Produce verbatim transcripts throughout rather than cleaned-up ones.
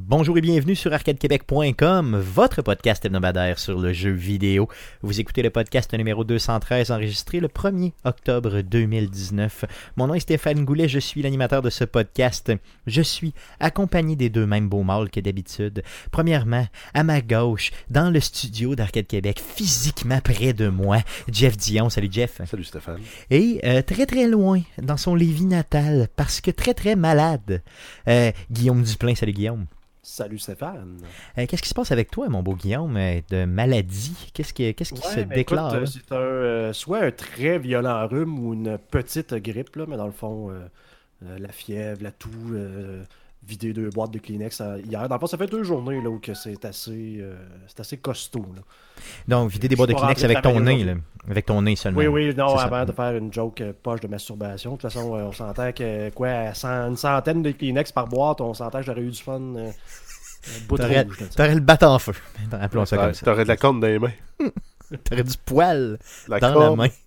Bonjour et bienvenue sur arcade québec point com, votre podcast hebdomadaire sur le jeu vidéo. Vous écoutez le podcast numéro deux cent treize, enregistré le premier octobre deux mille dix-neuf. Mon nom est Stéphane Goulet, je suis l'animateur de ce podcast. Je suis accompagné des deux mêmes beaux mâles que d'habitude. Premièrement, à ma gauche, dans le studio d'Arcade Québec, physiquement près de moi, Jeff Dion. Salut Jeff. Salut Stéphane. Et euh, très très loin, dans son Lévis natal, parce que très très malade, euh, Guillaume Duplain. Salut Guillaume. Salut Stéphane. Euh, qu'est-ce qui se passe avec toi, mon beau Guillaume, euh, de maladie? Qu'est-ce qui, qu'est-ce qui Ouais, se déclare? Écoute, c'est un, euh, soit un très violent rhume ou une petite grippe, là, mais dans le fond, euh, euh, la fièvre, la toux, euh, vider deux boîtes de Kleenex euh, hier. Dans le fond, ça fait deux journées là, où que c'est assez, euh, c'est assez costaud. Là. Donc, vider des boîtes de Kleenex avec ton nez, là. Avec ton nez seulement. Oui, oui, non, c'est avant ça. de faire une joke euh, poche de masturbation. De toute façon, euh, on s'entend que, quoi, à cent, une centaine de Kleenex par boîte, on s'entend que j'aurais eu du fun. Euh, bout de T'aurais, rouge, là, t'aurais le bat en feu. Appelons ça T'aurais, comme ça. t'aurais de la corne dans les mains. T'aurais du poil La dans corne, la main.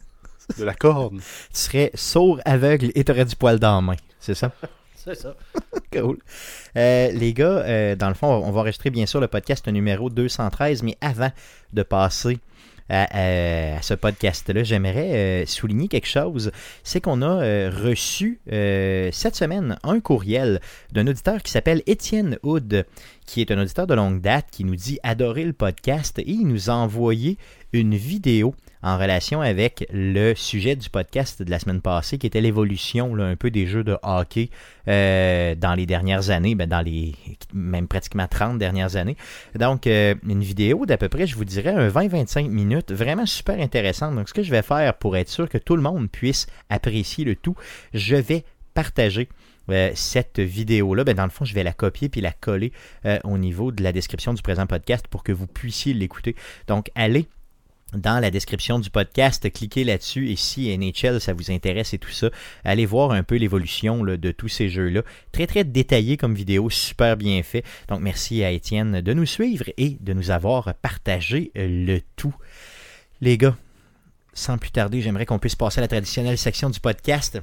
De la corne. Tu serais sourd, aveugle et t'aurais du poil dans la main. C'est ça? C'est ça. Cool. Euh, les gars, euh, dans le fond, on va enregistrer bien sûr le podcast numéro deux cent treize, mais avant de passer à, à, à ce podcast-là, j'aimerais euh, souligner quelque chose. C'est qu'on a euh, reçu euh, cette semaine un courriel d'un auditeur qui s'appelle Étienne Hood, qui est un auditeur de longue date, qui nous dit adorer le podcast et il nous a envoyé une vidéo en relation avec le sujet du podcast de la semaine passée, qui était l'évolution là, un peu des jeux de hockey euh, dans les dernières années, ben, dans les même pratiquement trente dernières années. Donc, euh, une vidéo d'à peu près, je vous dirais, un vingt à vingt-cinq minutes, vraiment super intéressante. Donc, ce que je vais faire pour être sûr que tout le monde puisse apprécier le tout, je vais partager Euh, cette vidéo-là, ben dans le fond, je vais la copier puis la coller euh, au niveau de la description du présent podcast pour que vous puissiez l'écouter. Donc, allez dans la description du podcast, cliquez là-dessus et si N H L, ça vous intéresse et tout ça, allez voir un peu l'évolution là, de tous ces jeux-là. Très, très détaillé comme vidéo, super bien fait. Donc, merci à Étienne de nous suivre et de nous avoir partagé le tout. Les gars, sans plus tarder, j'aimerais qu'on puisse passer à la traditionnelle section du podcast.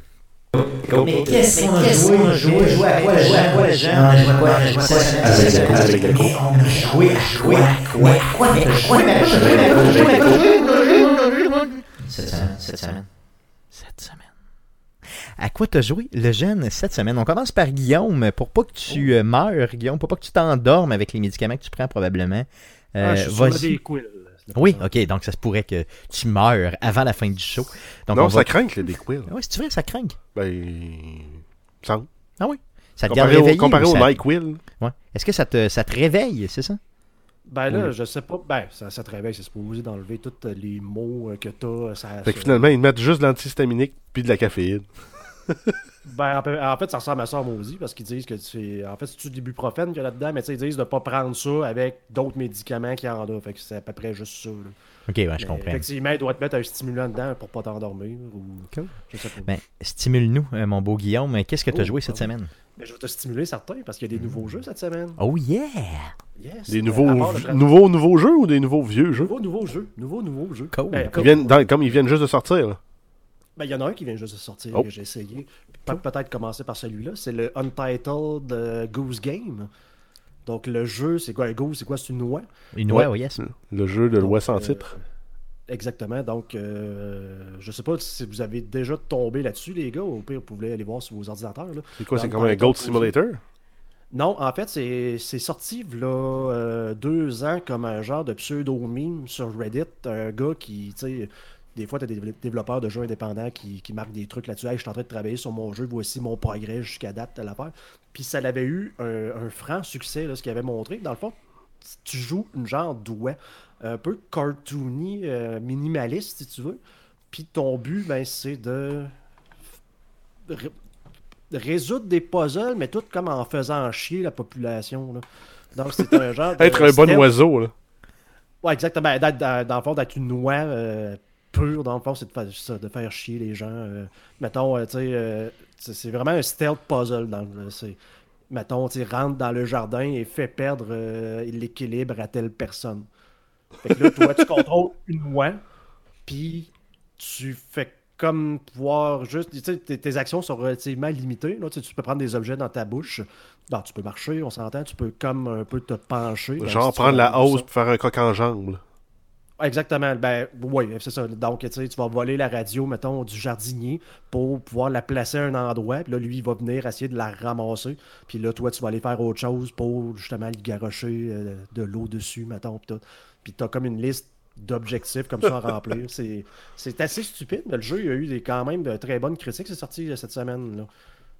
Mais qu'est-ce qu'on a joué? On a joué, joué à quoi? Joué à quoi, les gens? On a joué à quoi? On a joué à quoi? Avec le Mais on a joué à joué à quoi? Quoi? Mais quoi? Mais quoi? Mais quoi? Cette semaine, cette semaine, cette semaine. À quoi t'as joué, le jeune, cette semaine? On commence par Guillaume, pour pas que tu euh, meurs, Guillaume, pour pas que tu t'endormes avec les médicaments que tu prends probablement. Euh, Ah, je suis vas-y. sur le Dayquil. Oui, ok, donc ça se pourrait que tu meurs avant la fin du show. Donc non, on ça va... craint les Dayquil. Oui, c'est vrai, ça craint. Ben. Sans. Ah oui. Ça te garde Comparé au, réveillé. comparé ou au ça... NyQuil. Ouais. Est-ce que ça te, ça te réveille, c'est ça? Ben là, Oui. je sais pas. Ben, ça, ça te réveille, c'est supposé d'enlever tous les mots euh, que t'as. Ça, Fait que ça- finalement, ils mettent juste de l'antihistaminique puis de la caféine. Ben, en, fait- en fait, ça ressemble à ça en maudit parce qu'ils disent que c'est. En fait, c'est-tu de l'ibuprofène qu'il y a là-dedans, mais tu sais, ils disent de pas prendre ça avec d'autres médicaments qu'il y en a. Fait que c'est à peu près juste ça. Là. Ok, ouais, je Mais comprends. Effectivement, il doit te mettre un stimulant dedans pour pas t'endormir. Ou... Cool. Je sais pas. Ben, stimule-nous, euh, mon beau Guillaume. Qu'est-ce que tu as Oh, joué cette ah oui. semaine? Mais je vais te stimuler certains parce qu'il y a des nouveaux jeux cette semaine. Oh yeah! Yes. Des Euh, nouveaux, à part le tra- nouveaux, nouveaux jeux ou des nouveaux vieux jeux? Nouveaux, nouveaux jeux. Nouveaux, nouveaux jeux. Cool. Ben, Ils viennent dans- comme ils viennent juste de sortir. Là. Ben, il y en a un qui vient juste de sortir, Oh. que j'ai essayé. Pe- Peut-être commencer par celui-là. C'est le Untitled euh, Goose Game. Donc, le jeu, c'est quoi un goose? C'est quoi? C'est une noix? Une noix, Ouais. oui, yes. Le jeu de Donc, loi sans euh, titre. Exactement. Donc, euh, je sais pas si vous avez déjà tombé là-dessus, les gars. Au pire, vous pouvez aller voir sur vos ordinateurs. Là. C'est quoi? C'est Dans- comme un dans- Goat Simulator? Non, en fait, c'est c'est sorti là euh, deux ans comme un genre de pseudo-meme sur Reddit. Un gars qui, tu sais, des fois, tu as des dévelop- développeurs de jeux indépendants qui, qui marquent des trucs là-dessus. Hey, je suis en train de travailler sur mon jeu, voici mon progrès jusqu'à date, telle affaire. Puis ça avait eu un, un franc succès, là, ce qu'il avait montré. Dans le fond, tu joues une genre d'ouet, un peu cartoony, euh, minimaliste, si tu veux. Puis ton but, ben, c'est de ré- résoudre des puzzles, mais tout comme en faisant chier la population. Là. Donc, c'est un genre de Être un bon stealth. oiseau, là. Ouais, exactement. Ben, d'être- dans, dans le fond, d'être une noix euh, pure, dans le fond, c'est de faire, ça, de faire chier les gens. euh. mettons, euh, tu sais, euh, c'est c'est vraiment un stealth puzzle. Dans, le- c'est, mettons, tu sais, rentre dans le jardin et fait perdre euh, l'équilibre à telle personne. Fait que là, toi, tu contrôles une noix, puis tu fais comme pouvoir juste. Tu sais, tes, tes actions sont relativement limitées. Là. Tu sais, tu peux prendre des objets dans ta bouche. Non, tu peux marcher, on s'entend. Tu peux comme un peu te pencher. Genre si prendre la hausse ça. pour faire un coq en jambe. Là. Exactement. Ben, oui, c'est ça. Donc, tu sais, tu vas voler la radio, mettons, du jardinier pour pouvoir la placer à un endroit. Puis là, lui, il va venir essayer de la ramasser. Puis là, toi, tu vas aller faire autre chose pour justement lui garocher euh, de l'eau dessus, mettons. Puis, tout. Puis t'as comme une liste d'objectifs comme ça à remplir. C'est, c'est assez stupide, mais le jeu, il a eu des, quand même de très bonnes critiques. C'est sorti euh, cette semaine, là.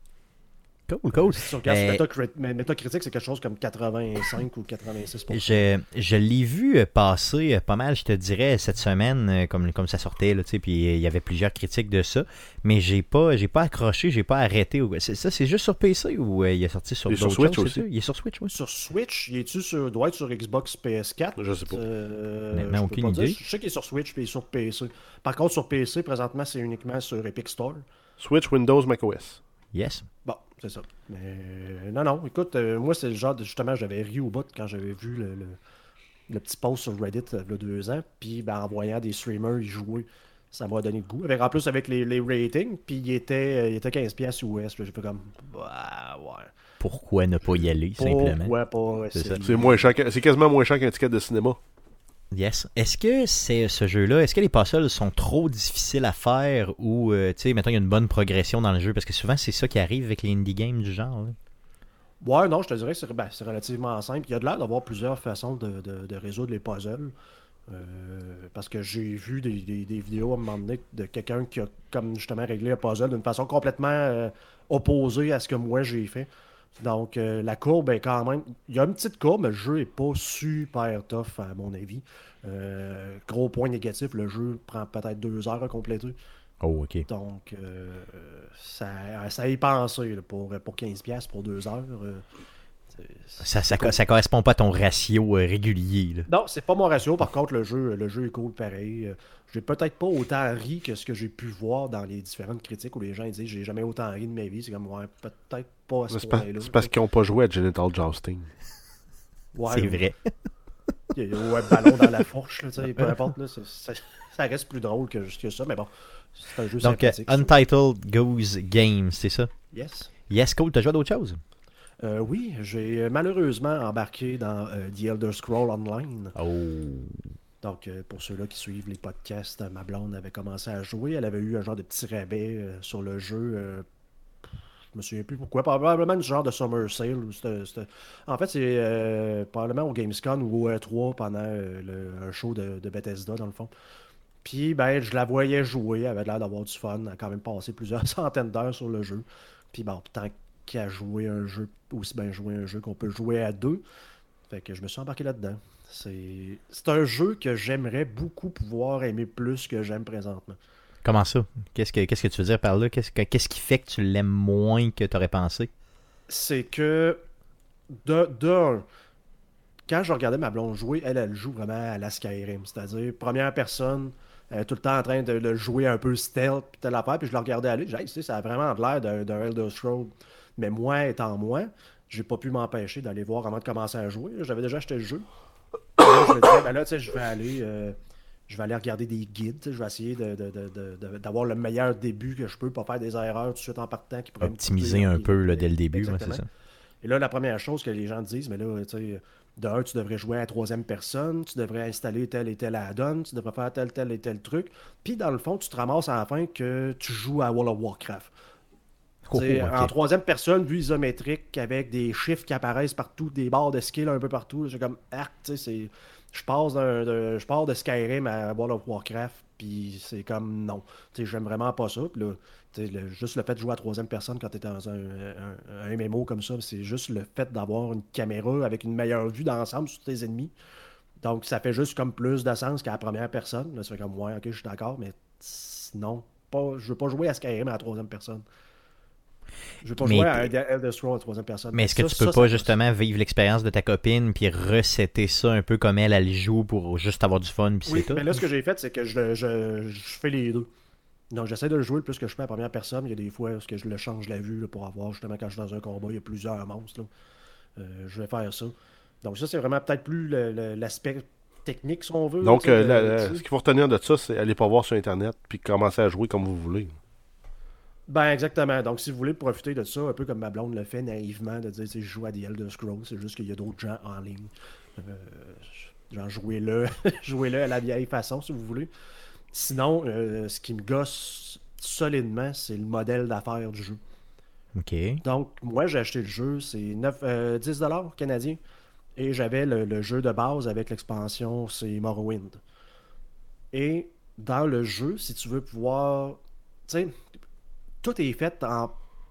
Cool, cool. Si tu regardes Euh, Metacrit- mais Metacritic, c'est quelque chose comme quatre-vingt-cinq ou quatre-vingt-six pour cent. Je, je l'ai vu euh, passer euh, pas mal, je te dirais, cette semaine, euh, comme, comme ça sortait, là, tu sais, puis euh, il y avait plusieurs critiques de ça, mais j'ai pas j'ai pas accroché, j'ai pas arrêté. ou- c'est- Ça, c'est juste sur P C ou euh, il est sorti sur Il est sur d'autres Switch choses, aussi. c'est ça? Il est sur Switch, oui. Sur Switch, il est-tu sur, doit être sur Xbox P S quatre? Je sais pas. Euh, Honnêtement, je peux aucune pas dire. idée. Je sais qu'il est sur Switch et sur P C. Par contre, sur P C, présentement, c'est uniquement sur Epic Store. Switch, Windows, macOS. Yes. Bon, c'est ça. Mais non, non, écoute, euh, moi, c'est le genre de. Justement, j'avais ri au bout quand j'avais vu le, le, le petit post sur Reddit euh, il y a deux ans. Puis, ben, en voyant des streamers y jouer, ça m'a donné le goût. Avec, en plus, avec les, les ratings, puis il était, euh, il était quinze piastres U S. J'ai fait comme. Bah, ouais. Pourquoi ne pas y aller, simplement? Pourquoi pas C'est ça. essayer? C'est moins cher que- c'est quasiment moins cher qu'un ticket de cinéma. Yes. Est-ce que c'est ce jeu-là, est-ce que les puzzles sont trop difficiles à faire ou, euh, tu sais, mettons, il y a une bonne progression dans le jeu? Parce que souvent, c'est ça qui arrive avec les indie games du genre. là. Ouais, non, je te dirais que c'est ben, c'est relativement simple. Il y a de l'air d'avoir plusieurs façons de, de- de résoudre les puzzles. Euh, parce que j'ai vu des, des- des vidéos à un moment donné de quelqu'un qui a comme justement réglé un puzzle d'une façon complètement euh, opposée à ce que moi j'ai fait. Donc euh, la courbe est quand même. Il y a une petite courbe, mais le jeu est pas super tough à mon avis. Euh, gros point négatif, le jeu prend peut-être deux heures à compléter. Oh, ok. Donc, euh, ça, ça y pensé là, pour, pour quinze piastres pour deux heures. euh, c'est- Ça, ça, co- ça correspond pas à ton ratio euh, régulier. Là. Non, c'est pas mon ratio. Par contre, le jeu, le jeu est cool pareil. Euh, J'ai peut-être pas autant ri que ce que j'ai pu voir dans les différentes critiques où les gens ils disent j'ai jamais autant ri de ma vie. C'est comme, ouais, peut-être pas à ce C'est pas- point-là. c'est parce qu'ils n'ont pas joué à Genital Jousting. Ouais, c'est ou- vrai. Il y a ouais, ballon dans la fourche, là, tu sais, peu importe. Là, c'est- ça, ça reste plus drôle que, que ça, mais bon, c'est un jeu Donc, euh, sympathique. ça. Untitled Goose Games, c'est ça? Yes. Yes, cool. T'as joué à d'autres choses? Euh, oui, j'ai malheureusement embarqué dans euh, The Elder Scroll Online. Oh. Donc, euh, pour ceux-là qui suivent les podcasts, euh, ma blonde avait commencé à jouer. Elle avait eu un genre de petit rabais euh, sur le jeu. euh, je me souviens plus pourquoi. Probablement du genre de Summer Sale. Ou c'était- c'était- En fait, c'est euh, probablement au Gamescom ou au E trois pendant euh, le- un show de, de Bethesda, dans le fond. Puis, ben, je la voyais jouer. Elle avait l'air d'avoir du fun. Elle a quand même passé plusieurs centaines d'heures sur le jeu. Puis, bon, tant qu'à jouer un jeu, aussi bien jouer un jeu qu'on peut jouer à deux. Fait que je me suis embarqué là-dedans. C'est c'est un jeu que j'aimerais beaucoup pouvoir aimer plus que j'aime présentement. Comment ça? Qu'est-ce que, qu'est-ce que tu veux dire par là? Qu'est-ce, que- qu'est-ce qui fait que tu l'aimes moins que tu aurais pensé? C'est que, de, de un, quand je regardais ma blonde jouer, elle, elle joue vraiment à la Skyrim. C'est-à-dire, première personne, elle est tout le temps en train de le jouer un peu stealth, puis telle affaire, puis je la regardais aller. J'ai dit, hey, tu sais, ça a vraiment l'air d'un, d'un Elder Scrolls. Mais moi, étant moi, j'ai pas pu m'empêcher d'aller voir avant de commencer à jouer. J'avais déjà acheté le jeu. Là, je me disais, ben là, tu sais, je vais aller. euh, je vais aller regarder des guides, tu sais, je vais essayer de, de- de- de- de- d'avoir le meilleur début que je peux, pas faire des erreurs tout de suite en partant. Qui pourraient me Optimiser coûter un des- peu là, dès le début, ouais, c'est Exactement. ça. Et là, la première chose que les gens disent, mais là, tu sais, de un, tu devrais jouer à la troisième personne, tu devrais installer tel et tel add-on, tu devrais faire tel, tel et tel truc. Puis, dans le fond, tu te ramasses à la fin que tu joues à World of Warcraft. Oh, T'sais, ok. En troisième personne, vue isométrique, avec des chiffres qui apparaissent partout, des barres de skill un peu partout. J'ai comme, arc, tu sais, c'est. Je passe d'un- de, je pars de Skyrim à World of Warcraft, puis c'est comme non. Tu sais, j'aime vraiment pas ça. Puis là, tu sais, le- juste le fait de jouer à troisième personne quand tu es dans un, un- un M M O comme ça, c'est juste le fait d'avoir une caméra avec une meilleure vue d'ensemble sur tes ennemis. Donc, ça fait juste comme plus de sens qu'à la première personne. Là, ça fait comme, ouais, ok, je suis d'accord, mais non, pas, je veux pas jouer à Skyrim à la troisième personne. Je veux pas Mais jouer à t'es- Elder Scrolls à la troisième personne. Mais est-ce que Ça, tu peux ça, pas ça- justement vivre l'expérience de ta copine puis resetter ça un peu comme elle, elle joue pour juste avoir du fun puis Oui, c'est tout? mais là, ce que j'ai fait, c'est que je, je, je fais les deux. Donc, j'essaie de le jouer le plus que je fais à la première personne. Il y a des fois où je le change la vue là, pour avoir, justement, quand je suis dans un combat, il y a plusieurs monstres. Là. Euh, je vais faire ça. Donc, ça, c'est vraiment peut-être plus le- le- l'aspect technique, si on veut. Donc, tu sais, euh, de- la- la- tu ce sais. qu'il faut retenir de ça, c'est aller pas voir sur Internet puis commencer à jouer comme vous voulez. Ben, exactement. Donc, si vous voulez profiter de ça, un peu comme ma blonde le fait naïvement, de dire, tu sais, je joue à des Elder Scrolls, c'est juste qu'il y a d'autres gens en ligne. Euh, genre, jouez-le, jouez-le à la vieille façon, si vous voulez. Sinon, euh, ce qui me gosse solidement, c'est le modèle d'affaires du jeu. OK. Donc, moi, j'ai acheté le jeu, c'est neuf, euh, dix dollars canadiens. Et j'avais le, le jeu de base avec l'expansion, c'est Morrowind. Et dans le jeu, si tu veux pouvoir. Tu sais, tout est fait en,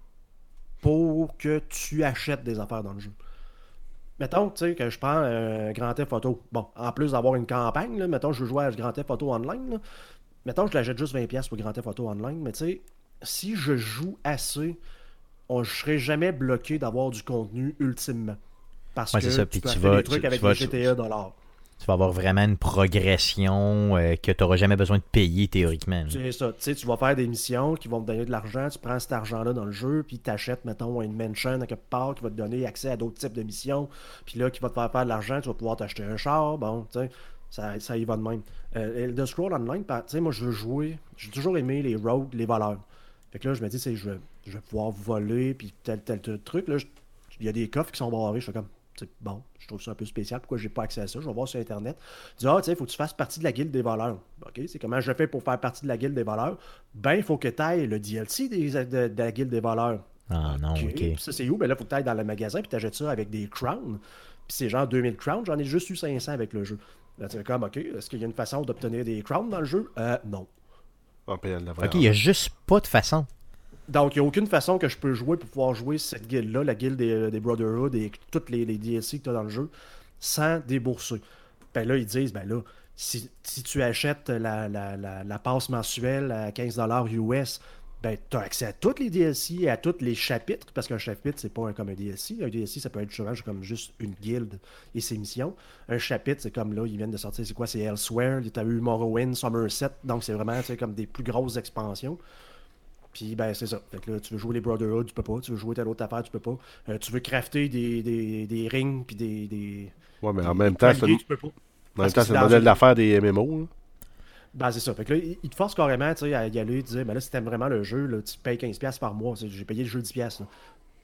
pour que tu achètes des affaires dans le jeu. Mettons, tu sais, que je prends un Grand Theft Auto. Bon, en plus d'avoir une campagne, là, mettons, je veux jouer à Grand Theft Auto Online. Là, mettons, je l'achète juste vingt dollars pour Grand Theft Auto Online. Mais tu sais, si je joue assez, on, je serai jamais bloqué d'avoir du contenu ultimement. Parce Ouais, que c'est ça, tu puis peux tu acheter vas- des trucs tu- avec tu vas- des G T A dollars. Tu vas avoir vraiment une progression euh, que tu n'auras jamais besoin de payer théoriquement. là. C'est ça. Tu sais, tu vas faire des missions qui vont te donner de l'argent. Tu prends cet argent-là dans le jeu, puis tu achètes, mettons, une mansion à quelque part qui va te donner accès à d'autres types de missions. Puis là, qui va te faire faire de l'argent, tu vas pouvoir t'acheter un char. Bon, tu sais, ça, ça y va de même. Euh, Elder Scrolls Online, par- tu sais, moi, je veux jouer. J'ai toujours aimé les rogues, les voleurs. Fait que là, je me dis, tu sais, je vais, je vais pouvoir voler, puis tel, tel, tel truc. Là, je- il y a des coffres qui sont barrés. Je fais comme, tu sais, bon, je trouve ça un peu spécial. Pourquoi j'ai pas accès à ça? Je vais voir sur Internet. Je dis, ah, tu sais, il faut que tu fasses partie de la guilde des voleurs. OK, c'est comment je fais pour faire partie de la guilde des voleurs? Ben, il faut que tu ailles le D L C des- de, de la guilde des voleurs. Ah non, OK. Puis ça, c'est où? Ben là, il faut que tu ailles dans le magasin puis tu achètes ça avec des crowns. Puis c'est genre deux mille crowns. J'en ai juste eu cinq cents avec le jeu. Là, tu fais comme, OK, est-ce qu'il y a une façon d'obtenir des crowns dans le jeu? Euh, non. En payant de la vraie OK, il n'y a juste pas de façon. Donc, il n'y a aucune façon que je peux jouer pour pouvoir jouer cette guilde-là, la guilde des, des Brotherhood et toutes les, les D L C que tu as dans le jeu, sans débourser. Ben là, ils disent, ben là, si, si tu achètes la, la, la, la passe mensuelle à quinze dollars U S, ben tu as accès à toutes les D L C et à tous les chapitres, parce qu'un chapitre, c'est pas un, comme un D L C. Un D L C, ça peut être souvent comme juste une guilde et ses missions. Un chapitre, c'est comme là, ils viennent de sortir, c'est quoi? C'est Elsewhere, tu as eu Morrowind, Somerset, donc c'est vraiment, tu sais, comme des plus grosses expansions. Puis, ben, c'est ça. Fait que là, tu veux jouer les Brotherhood, tu peux pas. Tu veux jouer telle autre affaire, tu peux pas. Euh, tu veux crafter des, des, des rings, puis des, des. Ouais, mais en des- même des temps, c'est colliers, le, tu peux pas. en même Parce temps, que c'est c'est le dans modèle une- d'affaires des M M O. là. Ben, c'est ça. Fait que là, ils ils te forcent carrément, tu sais, à y aller, et dire, ben là, si t'aimes vraiment le jeu, là, tu payes quinze dollars par mois. C'est- J'ai payé le jeu dix dollars, là.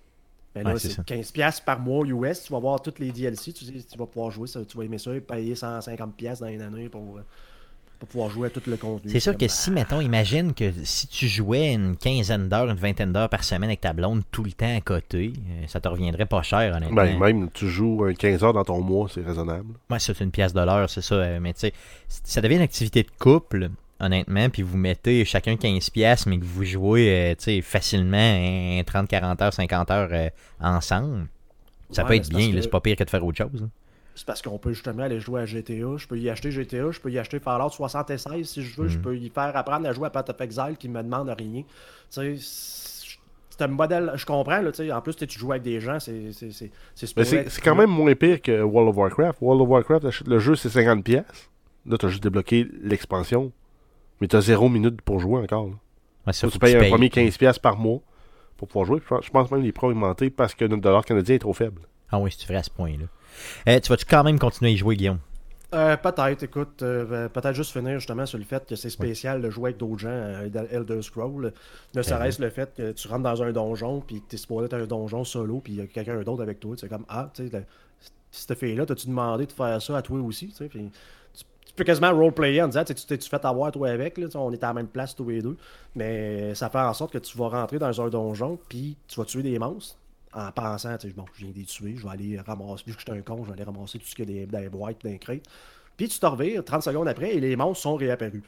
Ben là, Ouais, c'est c'est ça. quinze dollars par mois U S, tu vas voir toutes les D L C, tu, sais, tu vas pouvoir jouer ça, tu vas aimer ça, et payer cent cinquante dollars dans une année pour, euh, pour pouvoir jouer à tout le contenu. C'est sûr comme, que si, mettons, imagine que si tu jouais une quinzaine d'heures, une vingtaine d'heures par semaine avec ta blonde tout le temps à côté, euh, ça te reviendrait pas cher, honnêtement. Ben, même, tu joues un quinze heures dans ton mois, c'est raisonnable. Ouais, c'est une pièce de l'heure, c'est ça. euh, Mais tu sais, c- ça devient une activité de couple, honnêtement, puis vous mettez chacun quinze piastres, mais que vous jouez euh, tu sais, facilement hein, trente, quarante heures, cinquante heures euh, ensemble. Ça Ouais, peut mais être c'est bien, parce là, que- c'est pas pire que de faire autre chose. là. C'est parce qu'on peut justement aller jouer à G T A. Je peux y acheter G T A, je peux y acheter Fallout soixante-seize si je veux. Je Mm. peux y faire apprendre à jouer à Path of Exile qui me demande rien. Tu sais, c'est c'est un modèle, je comprends. Là, tu sais, en plus, tu sais, tu joues avec des gens, c'est c'est- c'est- c'est Mais supposé c'est être c'est quand cool. même moins pire que World of Warcraft. World of Warcraft, t'achètes le jeu, c'est cinquante piastres. Là, t'as juste débloqué l'expansion. Mais t'as zéro minute pour jouer encore. Là. Ouais, ça, Faut que faut tu payes que un tu premier quinze piastres par mois pour pouvoir jouer. Je pense- Je pense même que les prix ont augmenté parce que notre dollar canadien est trop faible. Ah oui, c'est vrai à ce point-là. Euh, tu vas-tu quand même continuer à y jouer, Guillaume? Euh, peut-être, écoute, euh, peut-être juste finir justement sur le fait que c'est spécial de jouer avec d'autres gens à Elder Scrolls. Ne serait-ce le fait que tu rentres dans un donjon, puis que tu es supposé être un donjon solo, puis il y a quelqu'un d'autre avec toi. C'est comme, ah, tu sais, le- cette fille-là, t'as-tu demandé de faire ça à toi aussi? Tu sais, puis tu, tu peux quasiment roleplayer en disant, tu sais, tu t'es-tu fait avoir toi avec, là, tu sais, on est à la même place tous les deux. Mais ça fait en sorte que tu vas rentrer dans un donjon, puis tu vas tuer des monstres. En pensant, tu sais, bon, je viens de les tuer, je vais aller ramasser, vu que je suis un con, je vais aller ramasser tout ce qu'il y a dans les boîtes, dans les crêtes. Puis tu te revires trente secondes après et les monstres sont réapparus.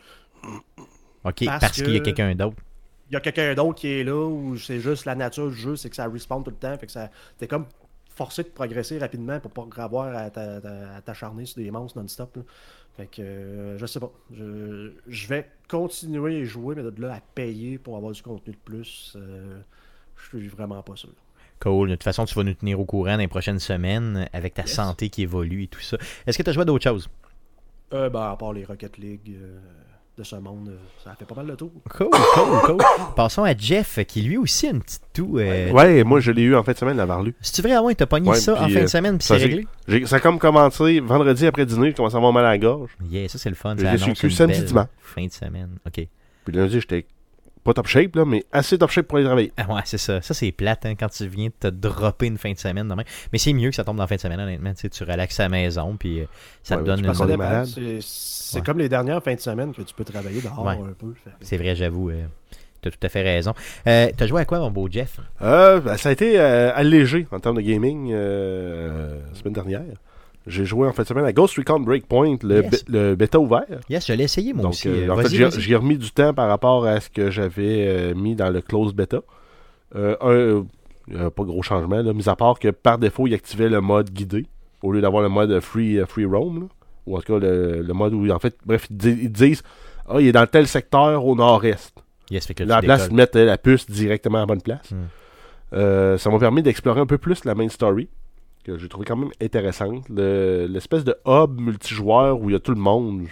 OK, parce, Parce qu'il y a que- quelqu'un d'autre. Il y a quelqu'un d'autre qui est là, ou c'est juste la nature du jeu, c'est que ça respawn tout le temps, fait que ça. T'es comme forcé de progresser rapidement pour pas avoir à t'a- t'a- à t'acharner sur des monstres non-stop. là. Fait que euh, je sais pas. Je, je vais continuer à jouer, mais de là à payer pour avoir du contenu de plus, euh, je suis vraiment pas sûr. Cool. De toute façon, tu vas nous tenir au courant dans les prochaines semaines avec ta Yes. santé qui évolue et tout ça. Est-ce que tu as joué à d'autres choses? Euh, ben, à part les Rocket League euh, de ce monde. Ça fait pas mal de tour. Cool, cool, cool. Passons à Jeff, qui lui aussi a une petite toux. Euh... Ouais, moi je l'ai eu en fin de semaine, l'avoir lu. Si tu veux, ah ouais, t'as pogné Ouais, ça puis, en fin euh, de semaine, puis ça, c'est j'ai- réglé? J'ai- ça a comme commencé vendredi après dîner, je commençais à avoir mal à la gorge. Yeah, ça c'est le fun. J'ai Ça laissé annonce le cul une samedi, belle dimanche. fin de semaine. OK. Puis lundi, j'étais pas top shape, là, mais assez top shape pour aller travailler. Ah ouais, c'est ça. Ça, c'est plate hein, quand tu viens de te dropper une fin de semaine demain. Mais c'est mieux que ça tombe dans la fin de semaine, honnêtement. Tu sais, tu relaxes à la maison, puis euh, ça Ouais, te mais donne tu une... passes Ça on est dépend. malade. C'est, c'est Ouais. comme les dernières fins de semaine que tu peux travailler dehors Ouais. un peu. Fait que- C'est vrai, j'avoue. Euh, t'as tout à fait raison. Euh, t'as joué à quoi, mon beau Jeff? Euh, ben, ça a été euh, allégé en termes de gaming euh, la semaine dernière. J'ai joué en fin de semaine à Ghost Recon Breakpoint, le, Yes. bé- le bêta ouvert. Yes, je l'ai essayé, moi Donc, aussi. euh, Euh, en fait, vas-y, j'ai vas-y. j'ai remis du temps par rapport à ce que j'avais euh, mis dans le closed beta. Euh, un, euh, pas gros changement, là, mis à part que par défaut, il activait le mode guidé au lieu d'avoir le mode free, euh, free roam. Là. Ou en tout cas, le, le mode où, en fait, bref, ils, di- ils disent Ah, il est dans tel secteur au nord-est. Yes, fait que Là, à tu la place, décolles. ils mettent euh, la puce directement à la bonne place. Hmm. Euh, ça m'a permis d'explorer un peu plus la main story, que j'ai trouvé quand même intéressante. Le- l'espèce de hub multijoueur où il y a tout le monde.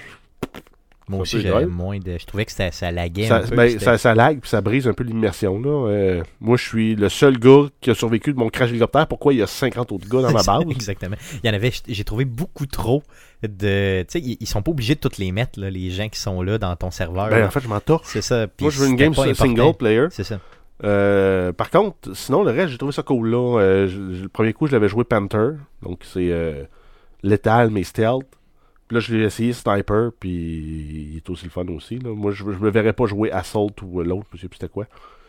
Moi ça aussi, peut j'avais être moins de... Je trouvais que ça, ça laguait Ça, un peu. ben, c'était- ça, ça lag puis ça brise un peu l'immersion. Là. Euh, moi, je suis le seul gars qui a survécu de mon crash hélicoptère. Pourquoi il y a cinquante autres gars dans ma base? Exactement. Il y en avait, j'ai trouvé beaucoup trop de... Tu sais, ils, ils sont pas obligés de toutes les mettre, là, les gens qui sont là dans ton serveur. Ben, là. en fait, je m'en torche. C'est ça. Puis Moi, je veux une c'était game pas single important. player. C'est ça. Euh, par contre, sinon, le reste, j'ai trouvé ça cool. Là. Euh, je- le premier coup, je l'avais joué Panther. Donc, c'est euh, létal, mais stealth. Puis là, je l'ai essayé Sniper, puis il est aussi le fun aussi. Là. Moi, je, je me verrais pas jouer Assault ou l'autre, je sais plus c'était quoi,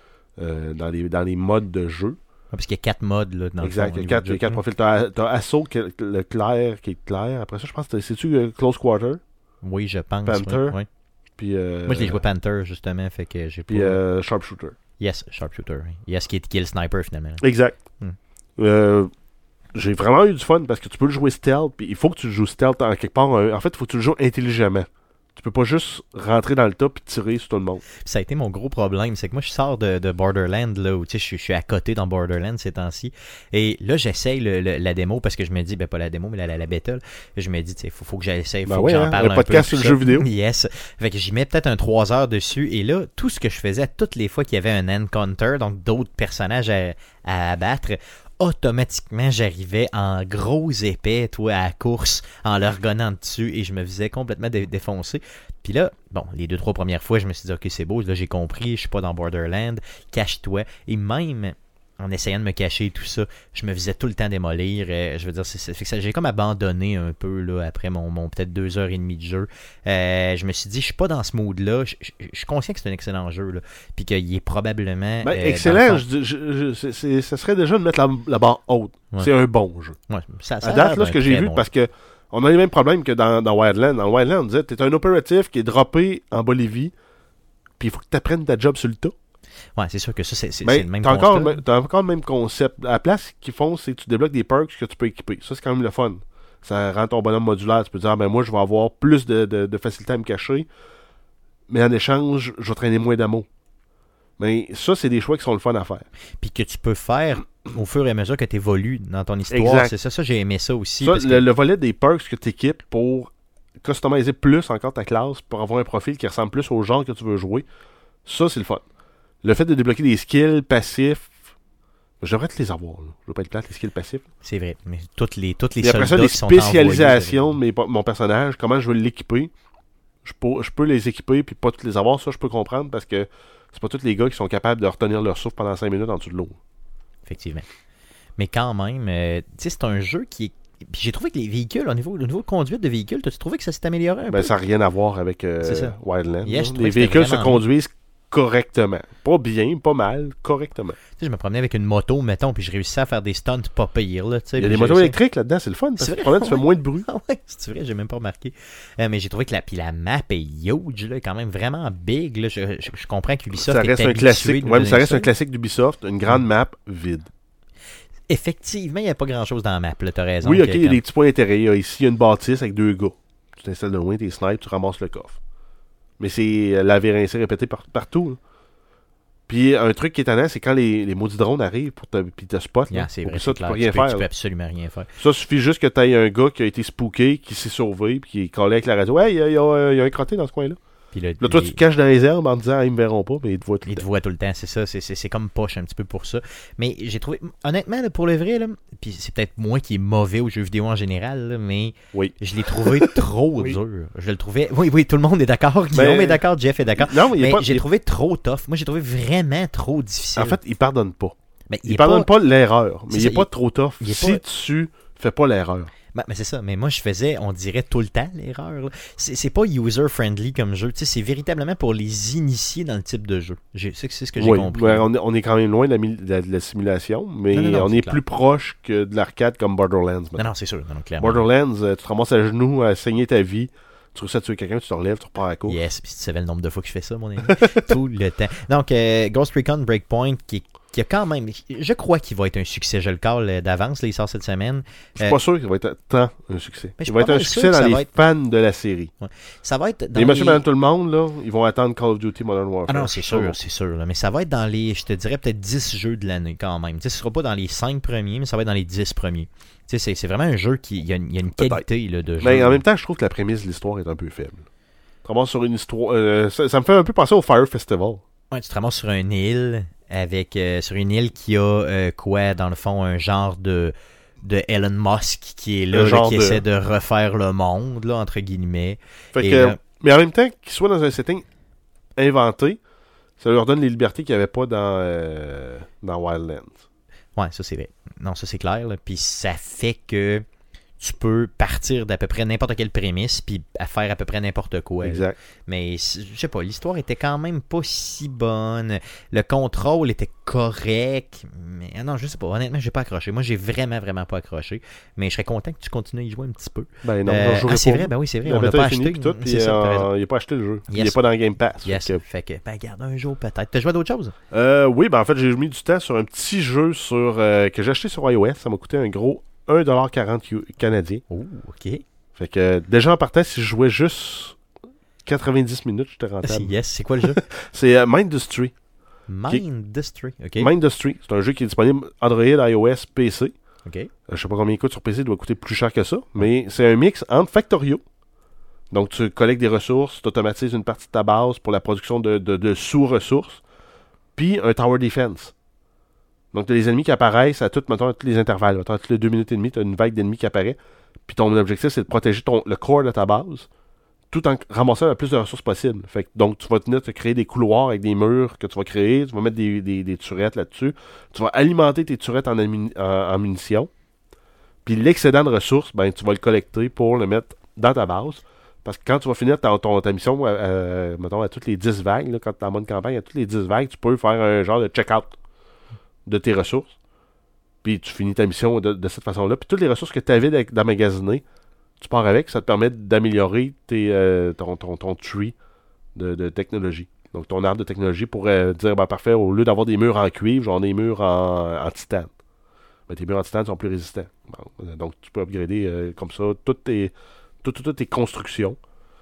euh, dans, les, dans les modes de jeu. Ouais, parce qu'il y a quatre modes là, dans Exact, le fond, au il y a niveau quatre, du jeu. quatre profils. T'as, t'as Assault, qui est le clair, qui est clair. Après ça, je pense que c'est-tu euh, Close Quarter? Oui, je pense. Panther. oui, oui. Puis, euh, Moi, je l'ai joué Panther, justement, fait que j'ai pas... Puis euh, Sharpshooter. Yes, Sharpshooter. oui. Yes, qui est, qui est le sniper, finalement. Exact. Hmm. Euh, j'ai vraiment eu du fun parce que tu peux le jouer stealth, puis il faut que tu le joues stealth en quelque part. euh, en fait, il faut que tu le joues intelligemment. Tu peux pas juste rentrer dans le tas et tirer sur tout le monde. Puis ça a été mon gros problème, c'est que moi je sors de, de Borderlands là où tu sais je, suis- je suis à côté dans Borderlands ces temps-ci et là j'essaye le- le- la démo parce que je me dis ben pas la démo mais la, la, la bêta là. Et je me dis tu sais faut, faut que j'essaye, faut Ben que ouais, j'en hein, parle un un podcast peu, sur tout le ça. jeu vidéo. Yes. Fait que j'y mets peut-être un trois heures dessus et là tout ce que je faisais toutes les fois qu'il y avait un encounter donc d'autres personnages à, à abattre, automatiquement j'arrivais en gros épais toi à la course en leur gonnant dessus et je me faisais complètement dé- défoncer. Puis là, bon, les deux, trois premières fois, je me suis dit, ok, c'est beau, là, j'ai compris, je suis pas dans Borderland, cache-toi. Et même en essayant de me cacher et tout ça, je me faisais tout le temps démolir. Euh, je veux dire, c'est, c'est, fait que ça, j'ai comme abandonné un peu là, après mon, mon peut-être deux heures et demie de jeu. Euh, je me suis dit, je suis pas dans ce mood-là. Je, je- je suis conscient que c'est un excellent jeu, là, puis qu'il est probablement. Ben, euh, excellent, dans le je, dis- je, je- c'est- c'est- ça serait déjà de mettre la, la barre haute. Ouais. C'est un bon jeu. fond- ouais, ça, ça À a date, l'air là, ce d'un que j'ai très vu, bon parce que on a les mêmes problèmes que dans, dans Wildland. Dans Wildland, on disait, t'es un opératif qui est droppé en Bolivie, puis il faut que tu apprennes ta job sur le tas. Ouais, c'est sûr que ça, c'est, c'est, Ben, c'est le même t'as encore, constat. le- t'as encore le même concept. À la place, ce qu'ils font, c'est que tu débloques des perks que tu peux équiper. Ça, c'est quand même le fun. Ça rend ton bonhomme modulaire. Tu peux dire, ah, ben moi, je vais avoir plus de, de, de facilité à me cacher, mais en échange, je vais traîner moins d'amour. Mais ça, c'est des choix qui sont le fun à faire. Puis que tu peux faire au fur et à mesure que tu évolues dans ton histoire. Exact. C'est ça, ça j'ai aimé ça aussi. Ça, parce le, que- le volet des perks que tu équipes pour customiser plus encore ta classe, pour avoir un profil qui ressemble plus au genre que tu veux jouer, ça, c'est le fun. Le fait de débloquer des skills passifs, je devrais te les avoir. Là. Je veux pas être plate, les skills passifs. C'est vrai, mais toutes les, toutes les Et après ça, soldats des qui sont envoyés, spécialisations de mes- mon personnage, comment je veux l'équiper. Je peux, je peux les équiper puis pas toutes les avoir, ça je peux comprendre parce que c'est pas tous les gars qui sont capables de retenir leur souffle pendant cinq minutes en dessous de l'eau. effectivement. Mais quand même, euh, tu sais, c'est un jeu qui est. Puis j'ai trouvé que les véhicules, au niveau, au niveau de conduite de véhicules, t'as-tu trouvé que ça s'est amélioré un Ben, peu? ça n'a rien à voir avec euh, C'est ça. Wildlands. Yes, je là. trouvais Les que c'était véhicules se vraiment conduisent correctement. Pas bien, pas mal, correctement. Tu sais, je me promenais avec une moto, mettons, puis je réussissais à faire des stunts pas pire, là, tu sais. Il y a puis des j'ai motos réussi- électriques là-dedans, c'est le fun. Parce C'est que vrai? pendant, tu fais Ouais. moins de bruit. Ah ouais, c'est vrai, j'ai même pas remarqué. Euh, mais j'ai trouvé que la, puis la map est huge, là, quand même vraiment big. Là. Je, je, je comprends qu'Ubisoft Ça reste est un habitué classique. de nous Ouais, mais ça donner reste un classique d'Ubisoft. Une grande map vide. Effectivement, il n'y a pas grand-chose dans la map, là, t'as raison. Oui, ok, que il y a quand- des petits points d'intérêt. Il y a Ici, il y a une bâtisse avec deux gars. Tu t'installes de loin, t'es snipe, tu ramasses le coffre. Mais c'est euh, laver rincer répété par- partout. là. Puis un truc qui est étonnant, c'est quand les, les maudits drones arrivent pour te, puis te spot. Yeah, là. c'est Oublie vrai, ça, c'est tu clair. peux rien tu peux, faire. tu peux là. absolument rien faire. Ça suffit juste que tu aies un gars qui a été spooké, qui s'est sauvé, puis qui est collé avec la radio. Hey, il y, a- il y a il y a un crotté dans ce coin-là. Puis le, Là, toi, les- tu te caches dans les herbes en disant, ah, ils me verront pas, mais ils te voient tout le Il te temps. voit tout le temps, c'est ça. C'est, c'est, c'est comme poche un petit peu pour ça. Mais j'ai trouvé, honnêtement, là, pour le vrai, là, puis c'est peut-être moi qui est mauvais aux jeux vidéo en général, là, mais Oui. je l'ai trouvé trop Oui. dur. Je le trouvais. Oui, oui, tout le monde est d'accord. Guillaume Ben, est d'accord, Jeff est d'accord. Non, mais il est Mais pas. j'ai il est- trouvé trop tough. Moi, j'ai trouvé vraiment trop difficile. En fait, ils pardonnent pas. mais Ils est pardonnent pas, l'erreur, mais C'est il ça, est pas il- trop tough il est si pas- tu fais pas l'erreur. Ben, mais c'est ça. Mais moi, je faisais, on dirait tout le temps l'erreur. là. C'est, c'est pas user-friendly comme jeu. Tu sais, c'est véritablement pour les initiés dans le type de jeu. J'ai, c'est, c'est ce que j'ai Oui, compris. ouais, on, est, on est quand même loin de la, mi- de la- de la simulation, mais Non, non, non, on c'est est clair. plus proche que de l'arcade comme Borderlands. Non, maintenant. non, c'est sûr. Non, non, clairement. Borderlands, euh, tu te ramasses à genoux à saigner ta vie, tu réussis à tuer quelqu'un, tu te relèves, tu repars à la course. Yes, puis tu savais le nombre de fois que je fais ça, mon ami. Tout le temps. Donc, euh, Ghost Recon Breakpoint, qui, qui a quand même. Je crois qu'il va être un succès, je le call euh, d'avance, là, il sort cette semaine. Je suis Euh, pas sûr qu'il va être tant un succès. Mais je suis Il va pas être un mal sûr succès que dans ça les va être- fans de la série. Ça va être dans Les monsieur, les... madame, tout le monde, là, ils vont attendre Call of Duty Modern Warfare. Ah non, c'est Ça, sûr, c'est sûr. là. Mais ça va être dans les, je te dirais, peut-être dix jeux de l'année quand même. Tu sais, ce sera pas dans les cinq premiers, mais ça va être dans les dix premiers. Tu sais, c'est, c'est vraiment un jeu qui il y a une, il y a une Peut-être. qualité là, de jeu. Mais en même temps, je trouve que la prémisse de l'histoire est un peu faible. Vraiment sur une histoire. euh, ça, ça me fait un peu penser au Fire Festival. Ouais, tu te ramasses sur une île avec euh, sur une île qui a euh, quoi dans le fond un genre de de Elon Musk qui est là, Un là, genre qui de- essaie de refaire le monde là entre guillemets. Fait Et que, là- mais en même temps, qu'ils soient dans un setting inventé, ça leur donne les libertés qu'il n'y avait pas dans, euh, dans Wildlands. Ouais, ça c'est vrai. Non, ça c'est clair là. Puis ça fait que tu peux partir d'à peu près n'importe quelle prémisse puis à faire à peu près n'importe quoi. là. Exact. Mais c- je sais pas, l'histoire était quand même pas si bonne. Le contrôle était correct. Mais ah non, je sais pas. Honnêtement, j'ai pas accroché. Moi, j'ai vraiment, vraiment pas accroché. Mais je serais content que tu continues à y jouer un petit peu. Ben non, Euh, j'en jouerai ah, c'est pas. vrai, ben oui, c'est vrai. La On l'a bêta pas est finie, acheté. puis tout, puis C'est ça, t'as raison. euh, il n'a pas acheté le jeu. Il Yes. n'est pas dans Game Pass. Yes. Fait que- Fait que, ben, garde un jour peut-être. T'as joué à d'autres choses? Euh, oui, ben en fait, j'ai mis du temps sur un petit jeu sur euh, que j'ai acheté sur iOS. Ça m'a coûté un gros un dollar quarante U- canadien. Oh, ok. Fait que euh, déjà en partant, si je jouais juste quatre-vingt-dix minutes, j'étais Ah, c'est- rentable. yes, c'est quoi le jeu? C'est euh, Mindustry. Mindustry. Ok. Mindustry, c'est un jeu qui est disponible Android, iOS, P C. Ok. Euh, je sais pas combien il coûte sur P C, il doit coûter plus cher que ça. Mais c'est un mix entre Factorio. Donc tu collectes des ressources, tu automatises une partie de ta base pour la production de, de- de sous-ressources. Puis un Tower Defense. Donc tu as les ennemis qui apparaissent à, tout, mettons, à tous les intervalles. Mettons, à toutes les deux minutes et demie, tu as une vague d'ennemis qui apparaît. Puis ton objectif, c'est de protéger ton, le core de ta base, tout en ramassant le plus de ressources possible. Fait que, donc, tu vas venir te créer des couloirs avec des murs que tu vas créer, tu vas mettre des, des, des turettes là-dessus, tu vas alimenter tes turettes en, amuni- en, en munitions, puis l'excédent de ressources, ben, tu vas le collecter pour le mettre dans ta base. Parce que quand tu vas finir ta, ton, ta mission, euh, euh, mettons, à toutes les dix vagues, là, quand tu es en mode campagne, à toutes les dix vagues, tu peux faire un genre de check-out de tes ressources. Puis tu finis ta mission de, de cette façon-là. Puis toutes les ressources que tu avais d'emmagasiner, tu pars avec, ça te permet d'améliorer tes, euh, ton, ton, ton tree de, de technologie. Donc ton arbre de technologie pour euh, dire, ben parfait, au lieu d'avoir des murs en cuivre, j'en ai des murs en, en titane. Ben, tes murs en titane sont plus résistants. Bon, euh, donc tu peux upgrader euh, comme ça toutes tes, toutes, toutes, toutes tes constructions.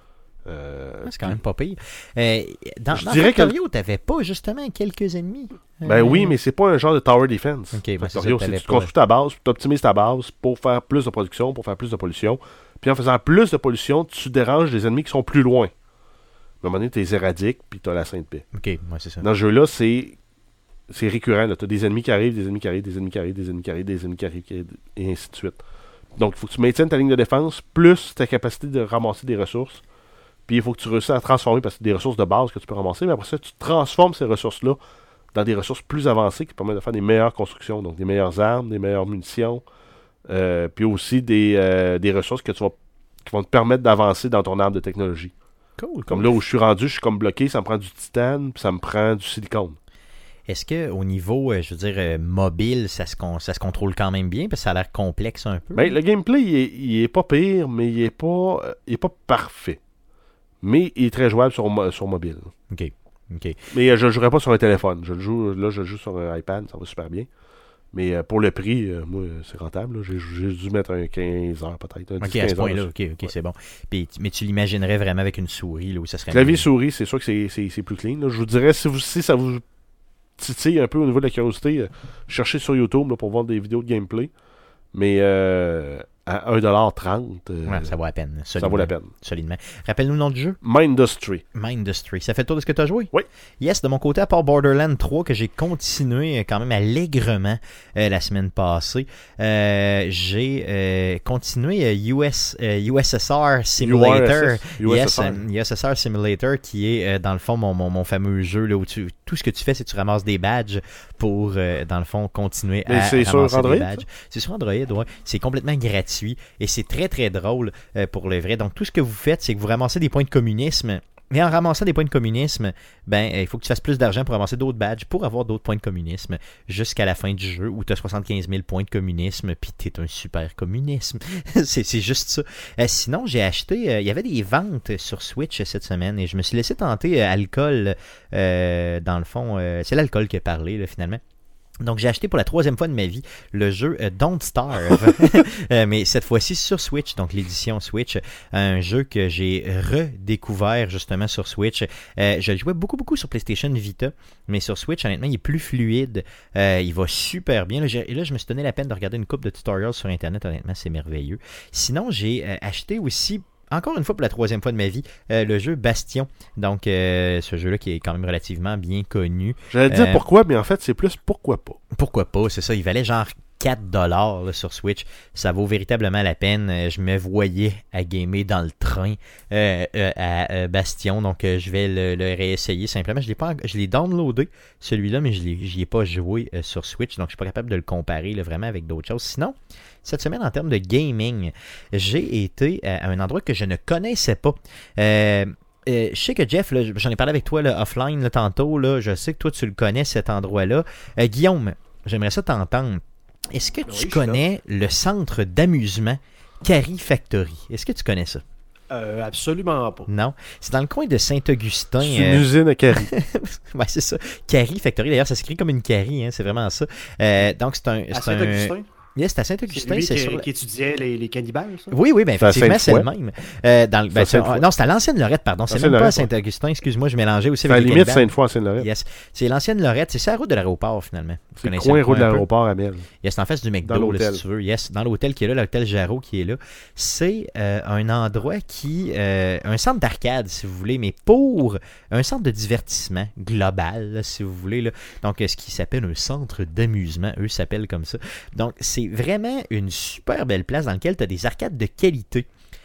Euh, Ah, c'est quand même pas pire. Euh, dans Je dans dirais que- Factorio, t'avais pas justement quelques ennemis? Ben Euh, oui, mais c'est pas un genre de tower defense. Ok, ben c'est Factorio, ça, c'est t'avais tu pas- construis ta base, tu optimises ta base pour faire plus de production, pour faire plus de pollution. Puis en faisant plus de pollution, tu déranges les ennemis qui sont plus loin. À un moment donné, tu les éradiques, puis tu as la sainte paix. Ok, ouais, c'est ça. Dans ce jeu-là, c'est c'est récurrent. Tu as des ennemis qui arrivent, des ennemis qui arrivent, des ennemis qui arrivent, des ennemis qui arrivent, des ennemis qui arrivent, qui arrivent, et ainsi de suite. Donc, il faut que tu maintiennes ta ligne de défense, plus ta capacité de ramasser des ressources. Puis il faut que tu réussisses à transformer, parce que c'est des ressources de base que tu peux ramasser, mais après ça, tu transformes ces ressources-là dans des ressources plus avancées qui permettent de faire des meilleures constructions, donc des meilleures armes, des meilleures munitions, euh, puis aussi des, euh, des ressources que tu vas, qui vont te permettre d'avancer dans ton arbre de technologie. Cool, Comme cool. là où je suis rendu, je suis comme bloqué, ça me prend du titane, puis ça me prend du silicone. Est-ce que au niveau, euh, je veux dire, euh, mobile, ça se, con- ça se contrôle quand même bien? Parce que ça a l'air complexe un peu. Ben, le gameplay, il est, il est pas pire, mais il est pas, euh, il est pas parfait. Mais il est très jouable sur, mo- sur mobile. Ok, ok. Mais euh, je ne jouerai pas sur un téléphone. Je le joue, là, je le joue sur un iPad, ça va super bien. Mais euh, pour le prix, euh, moi, euh, c'est rentable. là. J'ai j'ai dû mettre un quinze heures peut-être. Un Ok, dix, à ce quinze point-là, heures. ok, ok, c'est bon. Puis, tu- mais tu l'imaginerais vraiment avec une souris, là, où ça serait... Clavier mieux. souris, c'est sûr que c'est- c'est c'est plus clean. là. Je vous dirais, si, vous, si ça vous titille un peu au niveau de la curiosité, euh, cherchez sur YouTube là, pour voir des vidéos de gameplay. Mais euh, à un dollar trente. Euh, Ouais, ça vaut la peine. ça vaut la peine. Solidement. Rappelle-nous le nom du jeu. Mindustry. Mindustry. Ça fait le tour de ce que tu as joué? Oui. Yes, de mon côté, à part Borderlands trois, que j'ai continué quand même allègrement euh, la semaine passée, euh, j'ai euh, continué euh, U S, euh, U S S R Simulator. U S S R. Yes, euh, U S S R Simulator, qui est euh, dans le fond mon, mon, mon fameux jeu là, où tu, tout ce que tu fais, c'est que tu ramasses des badges pour, euh, dans le fond, continuer Mais à c'est sur ramasser Android, des badges. C'est sur Android, ouais. C'est complètement gratuit et c'est très très drôle euh, pour le vrai. Donc tout ce que vous faites, c'est que vous ramassez des points de communisme. Mais en ramassant des points de communisme, ben il faut que tu fasses plus d'argent pour ramasser d'autres badges, pour avoir d'autres points de communisme, jusqu'à la fin du jeu où tu as soixante-quinze mille points de communisme, puis tu es un super communisme. c'est, c'est juste ça. Euh, sinon, j'ai acheté, il euh, y avait des ventes sur Switch cette semaine, et je me suis laissé tenter euh, alcool, euh, dans le fond, euh, c'est l'alcool qui a parlé, là, finalement. Donc j'ai acheté pour la troisième fois de ma vie le jeu euh, Don't Starve, euh, mais cette fois-ci sur Switch, donc l'édition Switch, un jeu que j'ai redécouvert justement sur Switch. Euh, je le jouais beaucoup beaucoup sur PlayStation Vita, mais sur Switch honnêtement il est plus fluide, euh, il va super bien. Là, j'ai, et là je me suis donné la peine de regarder une couple de tutorials sur internet, honnêtement c'est merveilleux. Sinon j'ai euh, acheté aussi, encore une fois pour la troisième fois de ma vie, euh, le jeu Bastion. Donc, euh, ce jeu-là qui est quand même relativement bien connu. J'allais dire Euh, pourquoi, mais en fait, c'est plus pourquoi pas. Pourquoi pas, c'est ça. Il valait genre quatre dollars là, sur Switch. Ça vaut véritablement la peine. Euh, Je me voyais à gamer dans le train euh, euh, à euh, Bastion. Donc, euh, je vais le, le réessayer simplement. Je l'ai pas, je l'ai downloadé, celui-là, mais je n'y ai pas joué euh, sur Switch. Donc, je suis pas capable de le comparer là, vraiment avec d'autres choses. Sinon, cette semaine, en termes de gaming, j'ai été à un endroit que je ne connaissais pas. Euh, euh, je sais que Jeff, là, j'en ai parlé avec toi là, offline là, tantôt. Là, je sais que toi, tu le connais, cet endroit-là. Euh, Guillaume, j'aimerais ça t'entendre. Est-ce que Oui, tu je connais le centre d'amusement Carrie Factory? Est-ce que tu connais ça? Euh, absolument pas. Non. C'est dans le coin de Saint-Augustin. C'est une euh, usine à Carrie. ouais, c'est ça. Carrie Factory. D'ailleurs, ça s'écrit comme une Carrie, hein, c'est vraiment ça. Euh, donc, c'est un. À C'est Saint-Augustin? un... Yes, c'est à C'est Saint-Augustin. lui C'est qui, sur la- qui étudiait les, les cannibales, ça? Oui, oui, ben C'est à effectivement, c'est le Sainte-Foy. même. Euh, dans le- ben, C'est à c'est- Sainte-Foy. non, c'est à l'ancienne Lorette, pardon. C'est Ancienne même pas à Lorette, Saint-Augustin, excuse-moi, je mélangeais aussi C'est à la avec les limite cannibales. Sainte-Foy, Sainte-Lorette. Yes. C'est l'ancienne Lorette, c'est ça la route de l'aéroport finalement. Vous C'est le connaissez coin le route de un peu? l'aéroport à Mel. Yes, c'est en face du McDo, Dans là, l'hôtel. si tu veux. Yes, dans l'hôtel qui est là, l'hôtel Jarreau qui est là. C'est euh, un endroit qui... Euh, un centre d'arcade, si vous voulez, mais pour un centre de divertissement global, là, si vous voulez. Là. Donc, ce qui s'appelle un centre d'amusement, eux s'appellent comme ça. Donc, c'est vraiment une super belle place dans laquelle tu as des arcades de qualité.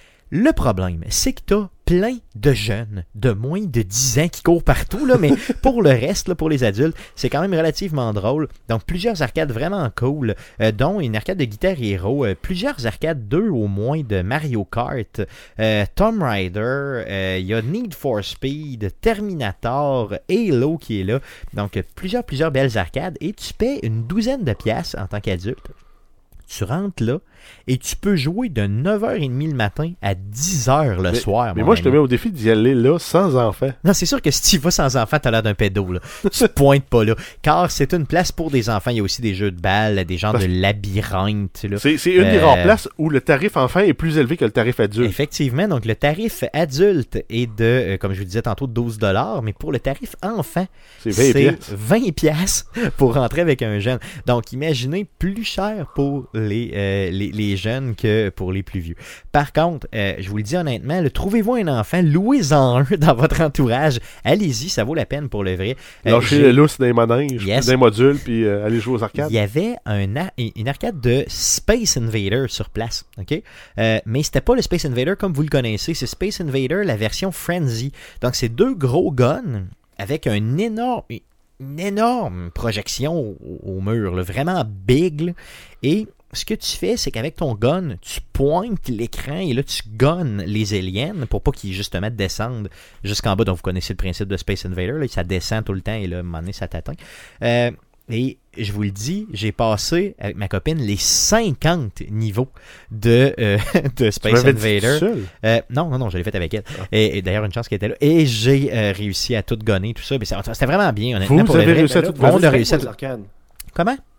Le problème, c'est que tu as plein de jeunes de moins de dix ans qui courent partout, là, mais pour le reste, là, pour les adultes, c'est quand même relativement drôle. Donc, plusieurs arcades vraiment cool, euh, dont une arcade de Guitar Hero, euh, plusieurs arcades, deux au moins, de Mario Kart, euh, Tomb Raider, euh, il y a Need for Speed, Terminator, Halo qui est là. Donc, euh, plusieurs, plusieurs belles arcades, et tu paies une douzaine de piastres en tant qu'adulte. Tu rentres là et tu peux jouer de neuf heures trente le matin à dix heures le Mais- soir. Mais mon moi, je te ami. mets au défi d'y aller là, sans enfant. Non, c'est sûr que si tu y vas sans enfant, t'as l'air d'un pédo, là. Tu te pointes pas là. Car c'est une place pour des enfants. Il y a aussi des jeux de balles, des genres Parce- de labyrinthes, là. C'est c'est une des Euh, rares places où le tarif enfant est plus élevé que le tarif adulte. Effectivement, donc le tarif adulte est de, euh, comme je vous disais tantôt, douze dollars, mais pour le tarif enfant, C'est vingt piastres. vingt piastres pour rentrer avec un jeune. Donc, imaginez plus cher pour les, euh, les, les jeunes que pour les plus vieux. Par contre, euh, je vous le dis honnêtement, le, trouvez-vous un enfant, louez-en un dans votre entourage. Allez-y, ça vaut la peine pour le vrai. Euh, Lâchez j'ai- le lousse dans les manèges, Yes. dans les modules, puis euh, aller jouer aux arcades. Il y avait un ar- une arcade de Space Invader sur place, ok? Euh, mais c'était pas le Space Invader comme vous le connaissez, c'est Space Invader la version Frenzy. Donc c'est deux gros guns avec un énorme, une énorme projection au, au mur, là, vraiment big. Là. Et ce que tu fais, c'est qu'avec ton gun, tu pointes l'écran et là tu gunnes les aliens pour pas qu'ils justement descendent jusqu'en bas. Donc vous connaissez le principe de Space Invader, là, ça descend tout le temps et là, à un moment donné, ça t'atteint. Euh, Et je vous le dis, j'ai passé avec ma copine les cinquante niveaux de, euh, de Tu Space m'avais dit tout Invader. seul. Euh, non, non, non, je l'ai fait avec elle. Et, et d'ailleurs, une chance qu'elle était là. Et j'ai euh, réussi à tout gonner, tout ça. Mais ça- c'était vraiment bien, honnêtement. Vous pour avez le vrai. réussi à Mais tout là, On vous a avez réussi à fait tout- les arcades. Comment?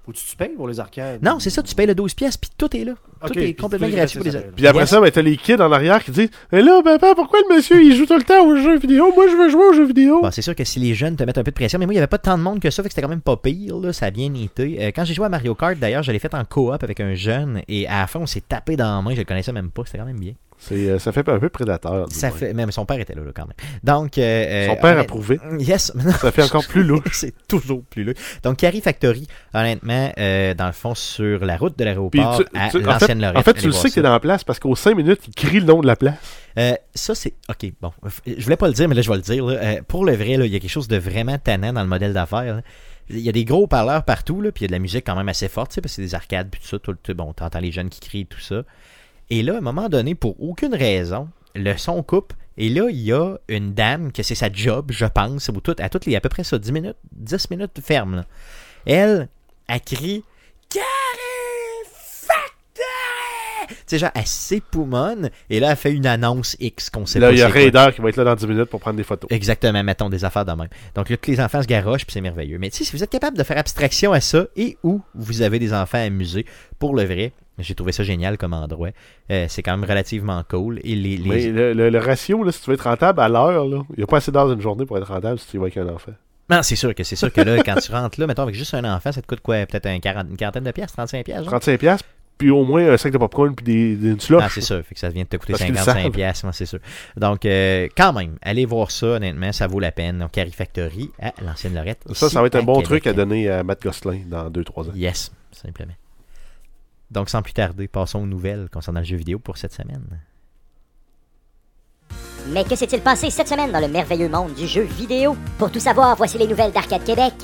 Faut que tu payes pour les arcades. Non, c'est ça, tu payes le douze pièces, puis tout est là. Ok, tout est puis complètement tout est gratuit pour les gratuit, autres. Puis après Yes. ça, ben, t'as les kids en arrière qui disent « Eh là, papa, pourquoi le monsieur, il joue tout le temps aux jeux vidéo? Moi, je veux jouer aux jeux vidéo. Bon, c'est sûr que si les jeunes te mettent un peu de pression, mais moi, il n'y avait pas tant de monde que ça, fait que c'était quand même pas pire, là, ça a bien été. Euh, quand j'ai joué à Mario Kart, d'ailleurs, je l'ai fait en coop avec un jeune, et à la fin, on s'est tapé dans la main, je le connaissais même pas, c'était quand même bien. C'est, euh, ça fait un peu prédateur. Ça du moins. fait... Même son père était là, là, quand même. Donc, euh, Son père euh, a prouvé. Yes. Ça fait encore plus louche. C'est toujours plus louche. Donc, Carrie Factory, honnêtement, euh, dans le fond, sur la route de Puis l'aéroport tu- à tu- en fait, l'ancienne Lorette. en fait, tu allez le voir sais que ça. t'es dans la place parce qu'aux cinq minutes, il crie le nom de la place. Euh, ça, c'est... OK, bon. Je voulais pas le dire, mais là, je vais le dire. Là. Euh, pour le vrai, là, il y a quelque chose de vraiment tannant dans le modèle d'affaires. Là. Il y a des gros parleurs partout, là, puis il y a de la musique quand même assez forte, tu sais, parce que c'est des arcades, puis tout ça. Tout, tout, bon, t'entends les jeunes qui crient, tout ça. Et là, à un moment donné, pour aucune raison, le son coupe. Et là, il y a une dame que c'est sa job, je pense, ou tout, à toutes les à peu près ça, dix minutes, dix minutes ferme. Là. Elle, elle crie Carrie Factory! Tu sais, genre, elle s'époumonne, et là, elle fait une annonce X qu'on sait Là, pas il y a c'est quoi. Raider qui va être là dans dix minutes pour prendre des photos. Exactement, mettons des affaires de même. Donc là, tous les enfants se garochent, puis c'est merveilleux. Mais tu sais, si vous êtes capable de faire abstraction à ça, et où vous avez des enfants amusés, pour le vrai, j'ai trouvé ça génial comme endroit. Euh, c'est quand même relativement cool. Et les, les... Mais le, le- le ratio, là, si tu veux être rentable à l'heure, là, il n'y a pas assez d'heures d'une journée pour être rentable si tu y vas avec un enfant. Non, c'est sûr que c'est sûr que là, quand tu rentres là, mettons avec juste un enfant, ça te coûte quoi? Peut-être un quarante, une quarantaine de piastres, trente-cinq piastres? genre? trente-cinq piastres, puis au moins un sac de popcorn puis des, des, une slush. Ah, c'est sûr, fait que ça vient de te coûter Parce qu'ils le cinquante-cinq savent. piastres, moi, c'est sûr. Donc, euh, quand même, allez voir ça, honnêtement, ça vaut la peine. Donc, Carrie Factory à l'ancienne Lorette. Ça, ici ça va être un à bon Québec. truc à donner à Matt Gosselin dans deux trois ans. Yes, simplement. Donc, sans plus tarder, passons aux nouvelles concernant le jeu vidéo pour cette semaine. Mais que s'est-il passé cette semaine dans le merveilleux monde du jeu vidéo? Pour tout savoir, voici les nouvelles d'Arcade Québec.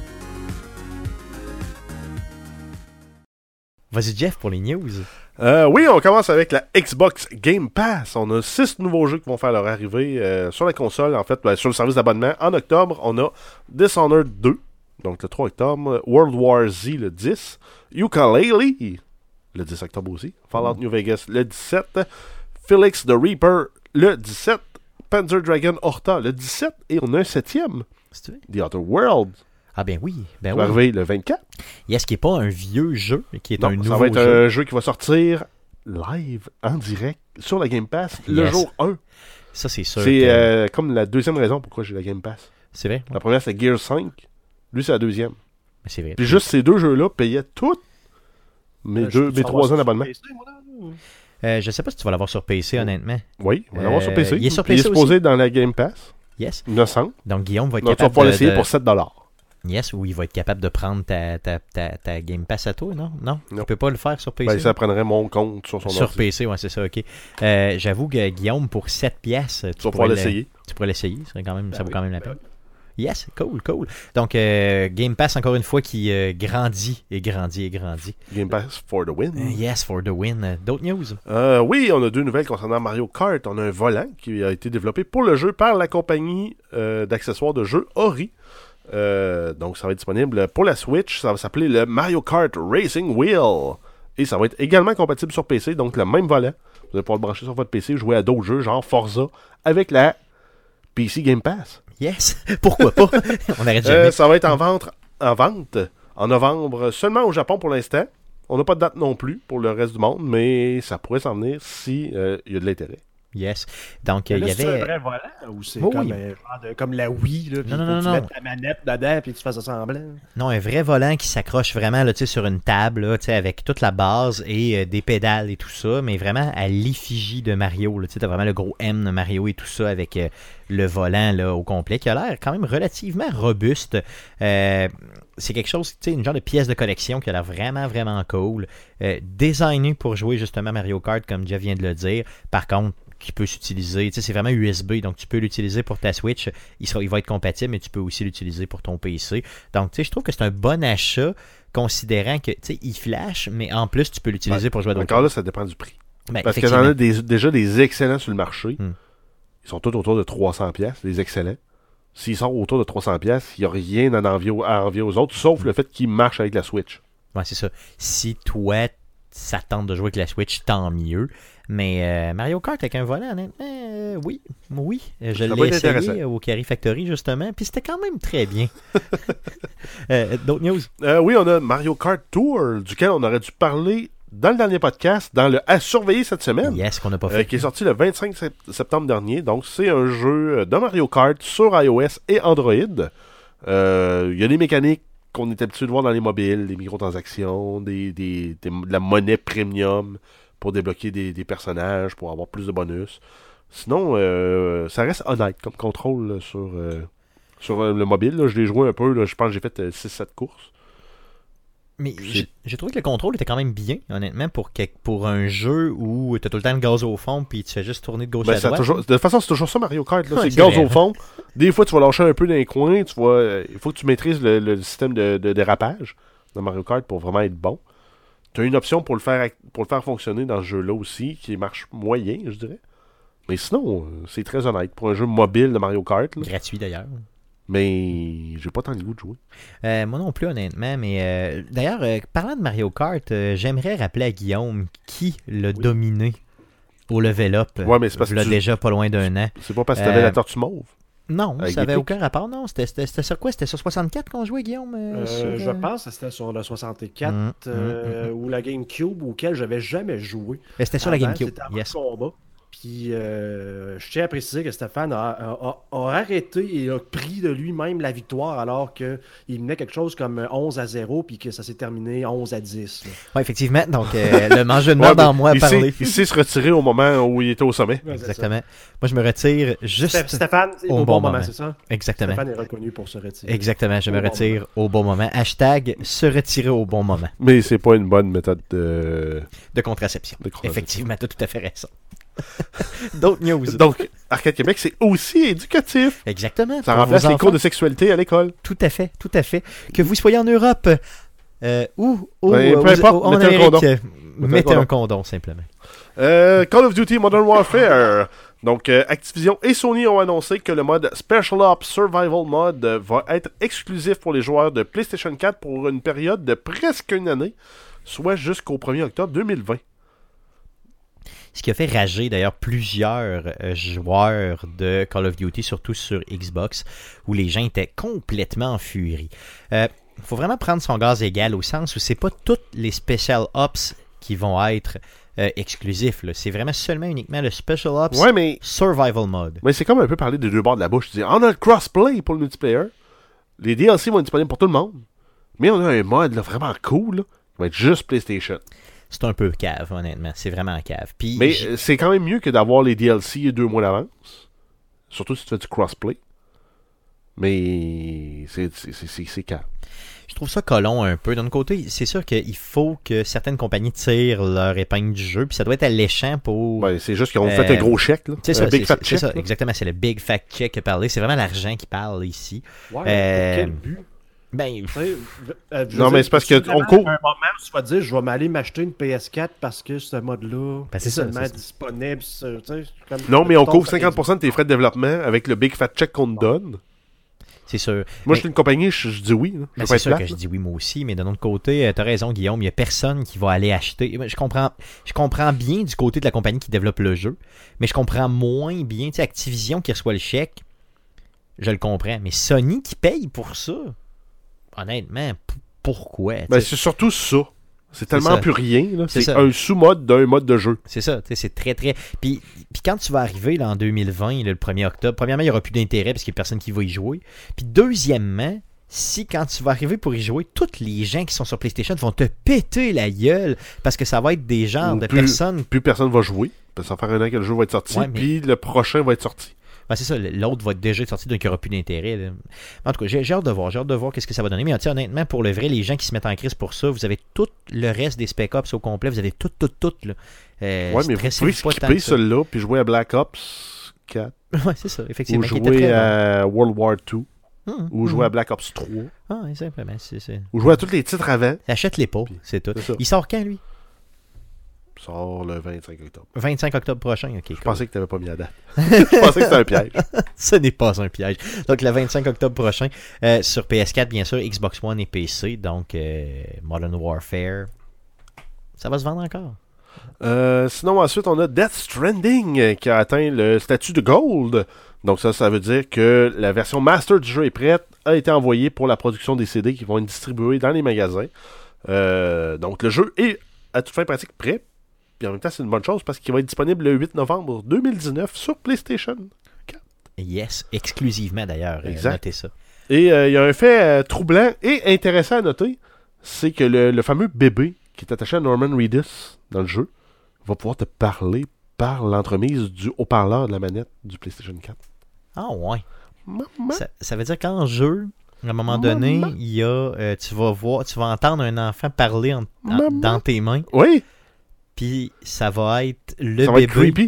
Vas-y, Jeff, pour les news. Euh, oui, on commence avec la Xbox Game Pass. On a six nouveaux jeux qui vont faire leur arrivée euh, sur la console, en fait, ben, sur le service d'abonnement. En octobre, on a Dishonored deux, donc le trois octobre, World War Z le dix, Yooka-Laylee le dix octobre aussi, Fallout New Vegas le dix-sept, Felix the Reaper le dix-sept, Panzer Dragon Horta le dix-sept, et on a un septième, C'est vrai? The Outer World, Ah ben oui, ben qui va oui. arriver le vingt-quatre. Yes, qui n'est pas un vieux jeu, mais qui est Non, un nouveau ça va être jeu. un jeu qui va sortir live, en direct, sur la Game Pass, le Yes. jour un. Ça, c'est sûr. C'est que- euh, comme la deuxième raison pourquoi j'ai la Game Pass. C'est vrai? La première, c'est Gears cinq. Lui, c'est la deuxième. Mais c'est vrai. Puis juste ces deux jeux-là payaient toutes mes, Euh, deux, je mes peux trois ans savoir d'abonnement. sur P C, moi, là? Euh, je sais pas si tu vas l'avoir sur P C, honnêtement. Oui, on va l'avoir Euh, sur P C. il est sur Puis P C il est supposé être dans la Game Pass. Yes. innocent. Donc, Guillaume va être Donc, tu vas capable pouvoir de... l'essayer de- pour sept dollars. Yes, ou il va être capable de prendre ta, ta, ta, ta Game Pass à toi, non? Non? Non. Tu peux pas le faire sur P C? Ben, ça prendrait mon compte sur son Sur ordi. P C, ouais, c'est ça, ok. Euh, J'avoue que Guillaume, pour sept piastres, tu, Tu vas pourrais pouvoir le- l'essayer. Tu pourrais l'essayer, ça, serait quand même, ça Ben vaut oui, quand même la ben peine. Yes, cool, cool. Donc, euh, Game Pass, encore une fois, qui euh, grandit et grandit et grandit. Game Pass for the win. Euh, yes, for the win. Euh, D'autres news? Euh, oui, on a deux nouvelles concernant Mario Kart. On a un volant qui a été développé pour le jeu par la compagnie euh, d'accessoires de jeux Ori. Euh, donc, ça va être disponible pour la Switch. Ça va s'appeler le Mario Kart Racing Wheel. Et ça va être également compatible sur P C. Donc, le même volant. Vous allez pouvoir le brancher sur votre P C, jouer à d'autres jeux, genre Forza, avec la P C Game Pass. Yes, pourquoi pas? On n'arrête jamais. Euh, ça va être en vente, en vente en novembre, seulement au Japon pour l'instant. On n'a pas de date non plus pour le reste du monde, mais ça pourrait s'en venir si euh, il y a de l'intérêt. Yes. Donc, Mais il là, y c'est avait... un vrai volant ou c'est Oui, comme, oui. un genre de- comme la Wii, là, puis Non, non, faut non, que tu non. mettes ta manette dedans puis tu fasses semblant. Non, un vrai volant qui s'accroche vraiment là, tu sais, sur une table là, tu sais, avec toute la base et euh, des pédales et tout ça, mais vraiment à l'effigie de Mario. Tu as vraiment le gros M de Mario et tout ça avec euh, le volant là, au complet qui a l'air quand même relativement robuste. Euh, c'est quelque chose, tu sais, une genre de pièce de collection qui a l'air vraiment, vraiment cool. Euh, designé pour jouer justement Mario Kart, comme Jeff vient de le dire. Par contre, qui peut s'utiliser, tu sais, c'est vraiment U S B, donc tu peux l'utiliser pour ta Switch, il, sera, il va être compatible, mais tu peux aussi l'utiliser pour ton P C. Donc, tu sais, je trouve que c'est un bon achat, considérant que, tu sais, il flash, mais en plus, tu peux l'utiliser Ouais. pour jouer à d'autres Encore là, choses. ça dépend du prix. Ben, Parce que effectivement. j'en ai des, déjà des excellents sur le marché. Hmm. Ils sont tous autour de trois cents pièces, les excellents. S'ils sont autour de trois cents pièces, il n'y a rien à envier, aux, à envier aux autres, sauf le fait qu'ils marchent avec la Switch. Ouais, c'est ça. Si toi, ça tente de jouer avec la Switch, tant mieux. Mais euh, Mario Kart avec un volant, honnêtement, euh, Euh, oui, oui. Euh, Je Ça va l'ai être essayé intéressant. au Carry Factory, justement, puis c'était quand même très bien. euh, D'autres news? Euh, oui, on a Mario Kart Tour, duquel on aurait dû parler dans le dernier podcast, dans le À surveiller cette semaine. Yes, qu'on n'a pas Euh, fait. qui est sorti le vingt-cinq septembre dernier. Donc, c'est un jeu de Mario Kart sur iOS et Android. Euh, Il y a des mécaniques qu'on est habitué de voir dans les mobiles, des microtransactions, des, des, des- de la monnaie premium pour débloquer des, des personnages, pour avoir plus de bonus. Sinon, euh, ça reste honnête comme contrôle là, sur, euh, sur euh, le mobile. Là. Je l'ai joué un peu. Là. Je pense que j'ai fait euh, six sept courses. Mais c'est- j'ai j'ai trouvé que le contrôle était quand même bien, honnêtement, pour, quelque- pour un jeu où tu as tout le temps le gaz au fond puis tu fais juste tourner de gauche Ben, à ça a droite. toujours- de toute façon, c'est toujours ça Mario Kart. Là. Ouais, c'est c'est gaz vrai. au fond. Des fois, tu vas lâcher un peu dans les coins. Tu vas, euh, il faut que tu maîtrises le, le système de, de dérapage dans Mario Kart pour vraiment être bon. Tu as une option pour le, faire, ac- pour le faire fonctionner dans ce jeu-là aussi, qui marche moyen, je dirais. Mais sinon, euh, c'est très honnête. Pour un jeu mobile de Mario Kart, là. Gratuit d'ailleurs. Mais j'ai pas tant le goût de jouer. Euh, moi non plus, honnêtement. Mais euh, d'ailleurs, euh, parlant de Mario Kart, euh, j'aimerais rappeler à Guillaume qui l'a dominé au level up. Ouais, mais c'est parce que il tu- déjà pas loin d'un an. C'est pas parce que t'avais Euh, la tortue mauve. Non, Avec ça des avait pics. aucun rapport. Non, c'était c'était- c'était sur quoi? C'était sur soixante-quatre qu'on jouait, Guillaume? euh, Euh, sur, je euh, pense que c'était sur le soixante-quatre Mm, euh, ou la GameCube auquel j'avais jamais joué. euh, C'était sur la Avant, GameCube. C'était avant Yes. le combat. Puis euh, je tiens à préciser que Stéphane a, a- a- a arrêté et a pris de lui-même la victoire alors qu'il menait quelque chose comme onze à zéro puis que ça s'est terminé onze à dix. là. Ouais, effectivement. Donc, euh, le mangeur de Ouais, merde mais en moi a il, parlé. sait, il sait se retirer au moment où il était au sommet. Ouais, c'est ça. Exactement. Moi, je me retire juste. Sté- Stéphane, c'est au au, bon bon moment, moment. c'est ça? Exactement. Stéphane est reconnu pour se retirer. Exactement. Je me Au bon retire au bon moment. Hashtag se retirer au bon moment Mais c'est pas une bonne méthode de... de contraception. de contraception. Effectivement, tu as tout à fait raison. D'autres news. Donc, Arcade Québec, c'est aussi éducatif. Exactement. Ça pour remplace vos les enfants. cours de sexualité à l'école. Tout à fait, tout à fait. Que vous soyez en Europe euh, ou au, Ouais, peu aux- importe, au- en mettez un Amérique, condom. euh, mettez un un condom, simplement. Euh, Call of Duty Modern Warfare. Donc, euh, Activision et Sony ont annoncé que le mode Special Ops Survival Mode euh, va être exclusif pour les joueurs de PlayStation quatre pour une période de presque une année, soit jusqu'au premier octobre deux mille vingt. Ce qui a fait rager d'ailleurs plusieurs euh, joueurs de Call of Duty, surtout sur Xbox, où les gens étaient complètement en furie. Il faut vraiment prendre son gaz égal au sens où c'est pas toutes les Special Ops qui vont être euh, exclusifs. là. C'est vraiment seulement uniquement le Special Ops Ouais, mais, Survival Mode. mais c'est comme un peu parler des deux bords de la bouche. Tu dis, on a le crossplay pour le multiplayer. Les D L C vont être disponibles pour tout le monde. Mais on a un mode là, vraiment cool, là, qui va être juste PlayStation. C'est un peu cave, honnêtement. C'est vraiment cave. Puis, Mais j- euh, c'est quand même mieux que d'avoir les D L C deux mois d'avance. Surtout si tu fais du crossplay. Mais c'est c'est- c'est- c'est- c'est calme. je trouve ça colon un peu. D'un côté, c'est sûr qu'il faut que certaines compagnies tirent leur épingle du jeu, puis ça doit être alléchant pour... Ouais, c'est juste qu'ils ont Euh, fait un gros chèque. Là. C'est un ça, big c'est- fat c'est check. ça, là. exactement, c'est le big fact check qui a parlé. C'est vraiment l'argent qui parle ici. Ouais, Euh, pour quel but? Ben, Tu sais, euh, je Non, veux mais dire, c'est parce tu que vraiment on court- à un moment où tu vas te dire, je vais m'aller m'acheter une P S quatre parce que ce mode-là Ben, c'est est ça, seulement c'est ça. disponible. sur- tu sais, comme- Non, mais on ton- couvre cinquante pour cent de tes frais de développement avec le big fat check qu'on te donne. c'est sûr. Moi, Mais- je suis une compagnie, je, je dis oui. Là. Je Ben, veux pas c'est être sûr plate, que je là. dis oui, moi aussi, mais d'un autre côté, tu as raison, Guillaume, il n'y a personne qui va aller acheter. Je comprends, je comprends bien du côté de la compagnie qui développe le jeu, mais je comprends moins bien. Tu sais, Activision qui reçoit le chèque, je le comprends, mais Sony qui paye pour ça, honnêtement, p- pourquoi? tu Ben, sais? c'est surtout ça. C'est tellement ça. plus rien. là. C'est C'est ça. un sous-mode d'un mode de jeu. C'est ça, tu sais, c'est très très. Puis, puis quand tu vas arriver là, en deux mille vingt, là, le premier octobre, premièrement, il n'y aura plus d'intérêt parce qu'il n'y a personne qui va y jouer. Puis deuxièmement, si quand tu vas arriver pour y jouer, tous les gens qui sont sur PlayStation vont te péter la gueule parce que ça va être des genres Ou de plus- personnes. Plus personne va jouer. Parce que ça va faire un an que le jeu va être sorti. Ouais, mais- Puis le prochain va être sorti. Ben, c'est ça, l'autre va être déjà sorti, donc il n'y aura plus d'intérêt. là. En tout cas, j'ai, j'ai hâte de voir, j'ai hâte de voir qu'est-ce que ça va donner. Mais tu sais, honnêtement, pour le vrai, les gens qui se mettent en crise pour ça, vous avez tout le reste des Spec Ops au complet, vous avez tout, tout, tout. Là. Euh, ouais, mais vous stressez-vous pouvez pas tant skipper que ça. celui-là puis jouer à Black Ops quatre. Ouais, c'est ça, Ou effectivement. qui était jouer très bon. à World War deux. Hum, Ou hum. jouer à Black Ops trois. Ah, oui, simplement, c'est, c'est... Ou jouer à tous les titres avant. Achète-les pas, Puis, c'est tout. c'est ça. Il sort quand, lui? Sort le vingt-cinq octobre. vingt-cinq octobre prochain, ok. Je pensais que tu n'avais pas mis la date. Je pensais que c'était un piège. Ce n'est pas un piège. Donc, le vingt-cinq octobre prochain, euh, sur P S quatre, bien sûr, Xbox One et P C. Donc, euh, Modern Warfare, ça va se vendre encore. Euh, sinon, ensuite, on a Death Stranding euh, qui a atteint le statut de Gold. Donc ça, ça veut dire que la version Master du jeu est prête, a été envoyée pour la production des C D qui vont être distribués dans les magasins. Euh, donc le jeu est à toute fin pratique prêt. Puis en même temps, c'est une bonne chose parce qu'il va être disponible le huit novembre deux mille dix-neuf sur PlayStation quatre. Yes, exclusivement d'ailleurs. Exact. Euh, notez ça. Et euh, il y a un fait euh, troublant et intéressant à noter, c'est que le, le fameux bébé qui est attaché à Norman Reedus dans le jeu va pouvoir te parler par l'entremise du haut-parleur de la manette du PlayStation quatre. Ah ouais. Maman. Ça, ça veut dire qu'en jeu, à un moment donné, Maman. il y a, euh, tu vas voir, tu vas entendre un enfant parler en- en- Maman. dans tes mains, Oui, puis ça va être le ça va bébé. être creepy.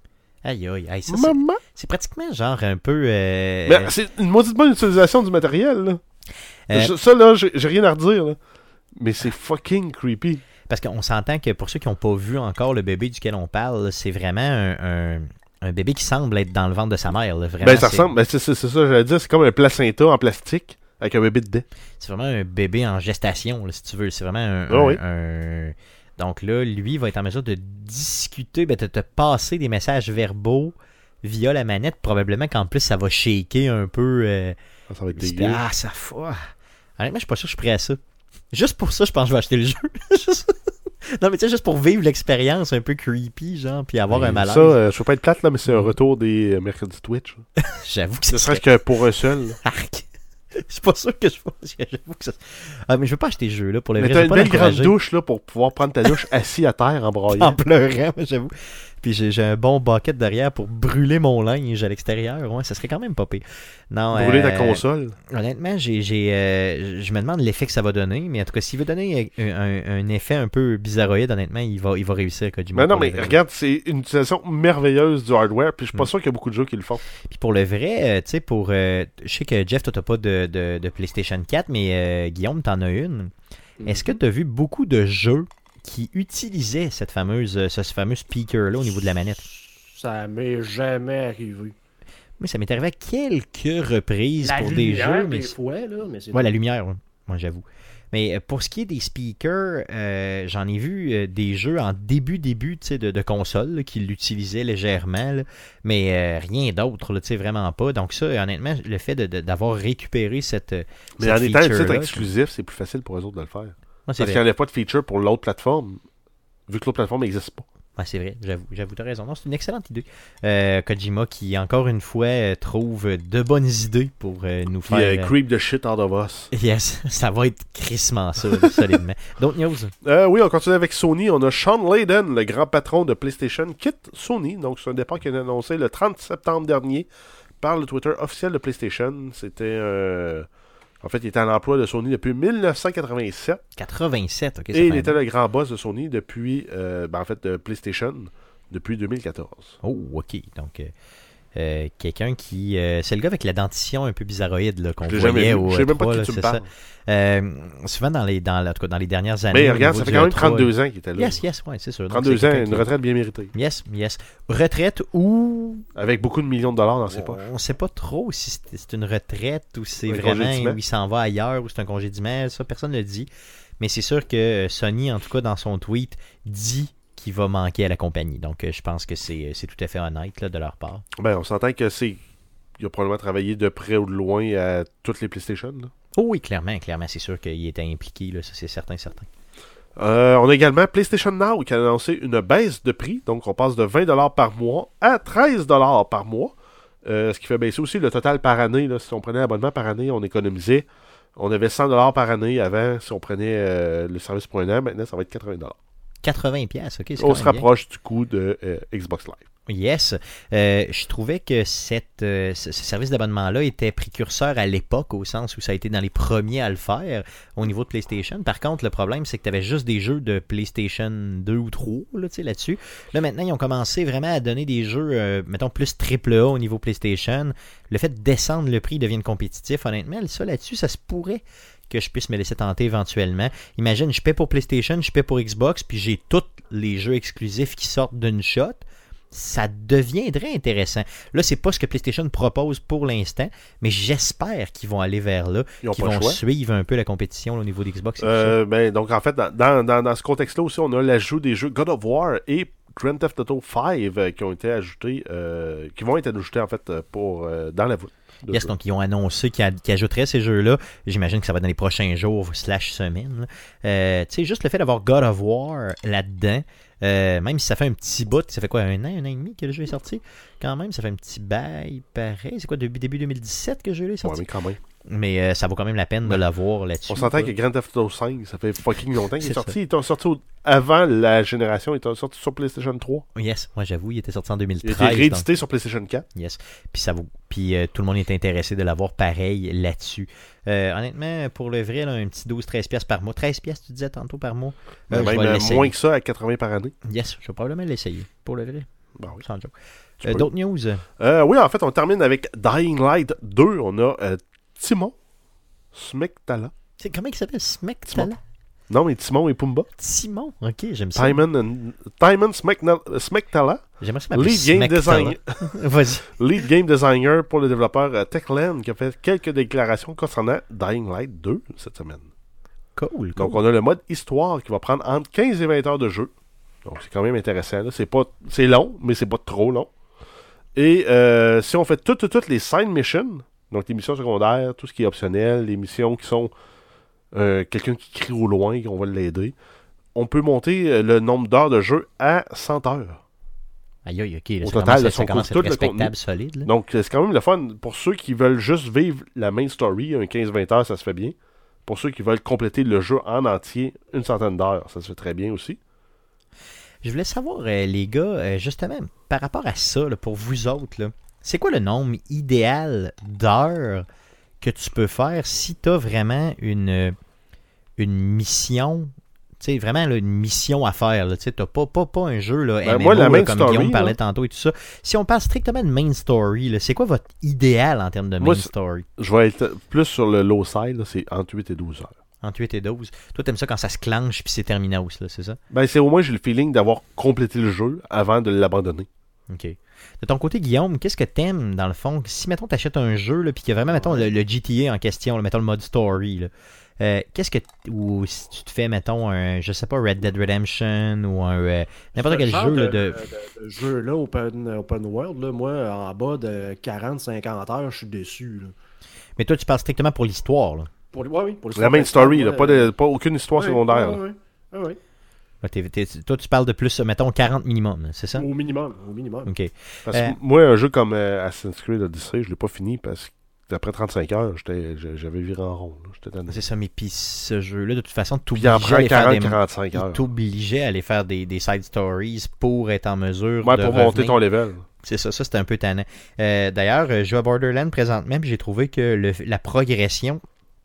Aïe aïe, aïe, ça, c'est, Maman. c'est pratiquement genre un peu. euh, Mais c'est une maudite bonne utilisation du matériel, là. Euh, Je- Ça, là, j'ai j'ai rien à redire, là. Mais c'est fucking creepy. Parce qu'on s'entend que pour ceux qui n'ont pas vu encore le bébé duquel on parle, là, c'est vraiment un, un, un bébé qui semble être dans le ventre de sa mère. Là. Vraiment, Ben, ça c'est, ressemble, ben, c'est c'est- c'est ça, j'allais dire, c'est comme un placenta en plastique avec un bébé dedans. c'est vraiment un bébé en gestation, là, si tu veux. C'est vraiment un, Ah un- oui. un- Donc là, lui va être en mesure de discuter, ben, de te passer des messages verbaux via la manette. Probablement qu'en plus, ça va shaker un peu. euh, Ah, ça va être puis- dégueu. ah, ça fait. Honnêtement, je suis pas sûr que je suis prêt à ça. Juste pour ça, je pense que je vais acheter le jeu. Juste- Non, mais tu sais, juste pour vivre l'expérience un peu creepy, genre, puis avoir un Ben, malaise. Ça, euh, je veux pas être plate, là, mais c'est un retour des euh, mercredis Twitch. là. J'avoue que Ne c'est serait-ce que pour un seul. là. arc. Je suis pas sûr que je fasse. J'avoue que ça. Ah, mais je veux pas acheter le jeu, là, pour le Mais vrai. t'as je une veux pas belle grande l'encourager. douche là, pour pouvoir prendre ta douche assis à terre en braillant. En pleurant, mais j'avoue. Puis j'ai, j'ai un bon bucket derrière pour brûler mon linge à l'extérieur. Ouais, ça serait quand même pas pire. Non, Brûler ta euh, console. Honnêtement, j'ai, j'ai, euh, je me demande l'effet que ça va donner. Mais en tout cas, s'il veut donner un, un- un effet un peu bizarroïde, honnêtement, il va, il va réussir, Kojima. Mais non, pour mais le vrai. regarde, c'est une utilisation merveilleuse du hardware, puis je suis pas Mm. sûr qu'il y a beaucoup de jeux qui le font. Puis pour le vrai, euh, tu sais, pour. euh, je sais que Jeff, toi, t'as pas de, de, de PlayStation quatre, mais euh, Guillaume, t'en as une. Est-ce que t'as vu beaucoup de jeux qui utilisaient cette fameuse, euh, ce, ce fameux speaker-là au niveau de la manette? Ça m'est jamais arrivé. Oui, ça m'est arrivé à quelques reprises La pour des lumière, jeux. Mais des fois, là, mais c'est ouais, la lumière, ouais. Moi, j'avoue. Mais euh, pour ce qui est des speakers, euh, j'en ai vu euh, des jeux en début, début tu sais, de, de console là, qui l'utilisaient légèrement, là, mais euh, rien d'autre, là, tu sais, vraiment pas. Donc ça, honnêtement, le fait de, de- d'avoir récupéré cette Mais cette en étant un titre feature-là, exclusif, c'est plus facile pour eux autres de le faire. ouais, c'est Parce vrai. qu'il n'y en a pas de feature pour l'autre plateforme, vu que l'autre plateforme n'existe pas. Ouais, c'est vrai, j'avoue, j'avoue, t'as raison. Non, c'est une excellente idée. Euh, Kojima qui, encore une fois, euh, trouve de bonnes idées pour euh, nous Puis faire... euh, euh, creep the shit out of us. Yes, ça va être crissement ça, là, solidement. D'autres news? Euh, oui, on continue avec Sony. On a Sean Layden, le grand patron de PlayStation, quitte Sony. Donc, c'est un départ qui a été annoncé le trente septembre dernier par le Twitter officiel de PlayStation. C'était... euh, En fait, il était à l'emploi de Sony depuis dix-neuf cent quatre-vingt-sept. quatre-vingt-sept, ok. ça Et fait il un était bout. le grand boss de Sony depuis... euh, ben, en fait, de PlayStation depuis deux mille quatorze. Oh, ok. Donc, euh, euh, quelqu'un qui... euh, c'est le gars avec la dentition un peu bizarroïde là, qu'on Je l'ai jamais voyait vu. au Je sais même E pas trois, de là, qui tu me c'est parles. ça. Euh, souvent dans les, dans, la- en tout cas, dans les dernières années... Mais au regarde, niveau ça fait du quand même E trois, trente-deux ans qu'il était là. Yes, yes, ouais, c'est sûr. Donc, trente-deux c'est ans, quelqu'un une qui- retraite bien méritée. Yes, yes. Retraite ou... Avec beaucoup de millions de dollars dans ses poches. On ne sait pas trop si c'est c'est une retraite ou si c'est Un vraiment congédiement. où il s'en va ailleurs ou c'est un congédiement. Ça, personne ne le dit. Mais c'est sûr que Sony, en tout cas dans son tweet, dit qu'il va manquer à la compagnie. Donc euh, je pense que c'est c'est tout à fait honnête là, de leur part. Ben, on s'entend que c'est... Il a probablement travaillé de près ou de loin à toutes les PlayStation. Là. Oh oui, clairement, clairement, c'est sûr qu'il était impliqué. Là, ça, c'est certain, certain. Euh, on a également PlayStation Now qui a annoncé une baisse de prix. Donc, on passe de vingt dollars par mois à treize dollars par mois. Euh, ce qui fait baisser aussi le total par année. Là. Si on prenait l'abonnement par année, on économisait. On avait cent dollars par année avant si on prenait euh, le service pour un an. Maintenant, ça va être quatre-vingts dollars. quatre-vingts piastres, ok. C'est On quand se même bien. rapproche du coût de euh, Xbox Live. Yes. Euh, je trouvais que cette, euh, ce, ce service d'abonnement-là était précurseur à l'époque, au sens où ça a été dans les premiers à le faire au niveau de PlayStation. Par contre, le problème, c'est que tu avais juste des jeux de PlayStation deux ou trois là, tu sais, là-dessus. Là, maintenant, ils ont commencé vraiment à donner des jeux, euh, mettons, plus triple A au niveau PlayStation. Le fait de descendre le prix devienne compétitif, honnêtement, ça là-dessus, ça se pourrait que je puisse me laisser tenter éventuellement. Imagine, je paie pour PlayStation, je paie pour Xbox, puis j'ai tous les jeux exclusifs qui sortent d'une shot. ça deviendrait intéressant. Là, c'est pas ce que PlayStation propose pour l'instant, mais j'espère qu'ils vont aller vers là, Ils ont qu'ils pas le vont choix. suivre un peu la compétition là, au niveau d'Xbox. et tout Euh, ben, donc, en fait, dans, dans, dans, dans ce contexte-là aussi, on a l'ajout des jeux God of War et Grand Theft Auto cinq euh, qui ont été ajoutés, euh, qui vont être ajoutés, en fait, euh, pour, euh, dans la voûte. ça. Yes, donc ils ont annoncé qu'ils, a- qu'ils ajouteraient ces jeux-là. J'imagine que ça va être dans les prochains jours slash semaines. là. Euh, tu sais, juste le fait d'avoir God of War là-dedans, euh, même si ça fait un petit bout, ça fait quoi, un an, un an et demi que le jeu est sorti? Quand même, ça fait un petit bail pareil. C'est quoi, début, début deux mille dix-sept que le jeu est Ouais, sorti? mais quand même. Mais euh, ça vaut quand même la peine de l'avoir là-dessus. On s'entend quoi. que Grand Theft Auto cinq, ça fait fucking longtemps qu'il C'est est sorti. ça. Il est sorti au- avant la génération, il est sorti sur PlayStation trois. Yes, moi j'avoue, il était sorti en Il a deux mille treize. été donc- réédité sur PlayStation quatre. Yes. Puis ça vaut. Puis euh, tout le monde est intéressé de l'avoir pareil là-dessus. Euh, honnêtement, pour le vrai, là, un petit douze treize piastres par mois. treize piastres, tu disais tantôt par mois. Euh, je Même vais euh, l'essayer. moins que ça à quatre-vingts par année. Yes, je vais probablement l'essayer. Pour le vrai. Ben oui. Sans joke. Tu Euh, peux. D'autres news? Euh, oui, en fait, on termine avec Dying Light deux. On a euh, Timon Smectala. C'est, comment il s'appelle? Smectala? Non, mais Timon et Pumba. Timon? Ok, j'aime ça. Timon, and- Timon Smecna- Smectala. J'aimerais ça m'appeler Lead game, Smectala. design, Vas-y. lead game designer pour le développeur euh, Techland qui a fait quelques déclarations concernant Dying Light deux cette semaine. Cool, cool. Donc, on a le mode histoire qui va prendre entre quinze et vingt heures de jeu. Donc, c'est quand même intéressant. Là. C'est, pas, c'est long, mais c'est pas trop long. Et euh, si on fait toutes, toutes, toutes les side missions, donc les missions secondaires, tout ce qui est optionnel, les missions qui sont euh, quelqu'un qui crie au loin, qu'on va l'aider, on peut monter euh, le nombre d'heures de jeu à cent heures. Aïe, aïe, ok. Là, Au ça total, commence, là, ça si on commence à couvre être tout le respectable, contenu. solide. Là. Donc, c'est quand même le fun. Pour ceux qui veulent juste vivre la main story, un quinze vingt heures, ça se fait bien. Pour ceux qui veulent compléter le jeu en entier, une centaine d'heures, ça se fait très bien aussi. Je voulais savoir, euh, les gars, euh, justement, par rapport à ça, là, pour vous autres, là, c'est quoi le nombre idéal d'heures que tu peux faire si tu as vraiment une, une mission, tu sais, vraiment là, une mission à faire. Tu n'as pas, pas, pas un jeu là, Ben, M M O, moi, la là, main comme story, Guillaume parlait là. tantôt et tout ça. Si on parle strictement de main story, là, c'est quoi votre idéal en termes de main Moi, c'est- story? Je vais être plus sur le low side, là, c'est entre huit et douze heures. Entre huit et douze. Toi, t'aimes ça quand ça se clenche puis c'est terminos, là, c'est ça? Ben, c'est au moins j'ai le feeling d'avoir complété le jeu avant de l'abandonner. OK. De ton côté, Guillaume, qu'est-ce que t'aimes dans le fond? Si, mettons, t'achètes un jeu, là, puis qu'il y a vraiment, mettons, le, le G T A en question, là, mettons le mode story, là, euh, qu'est-ce que. Ou si tu te fais, mettons, un, je sais pas, Red Dead Redemption ou un. euh, n'importe Ce quel genre jeu, là, de. de, de- de jeu-là, open, open world, là, moi, en bas de quarante cinquante heures, je suis déçu. Là. Mais toi, tu parles strictement pour l'histoire, là. Pour, les- ouais, oui, pour La l'histoire main principale, story, là, ouais, pas, de, pas aucune histoire ouais, secondaire. ouais, là. ouais, ouais, ouais. Là, t'es- t'es- toi, tu parles de plus, mettons, quarante minimum, là, c'est ça? Au minimum, au minimum. OK. Parce Euh, que moi, un jeu comme euh, Assassin's Creed Odyssey, je l'ai pas fini parce qu'après trente-cinq heures, j'étais, j'avais viré en rond. là. J'étais tanné. C'est ça, mais puis ce jeu-là, de toute façon, Puis il en t'obligeais à prend aller faire quarante des. à quarante-cinq Il heures. t'obligeait à aller faire des, des side stories pour être en mesure Ouais, de pour monter revenir. ton level. C'est ça, ça c'était un peu tannant. Euh, D'ailleurs, euh, je joue à Borderlands présentement, puis j'ai trouvé que le- la progression,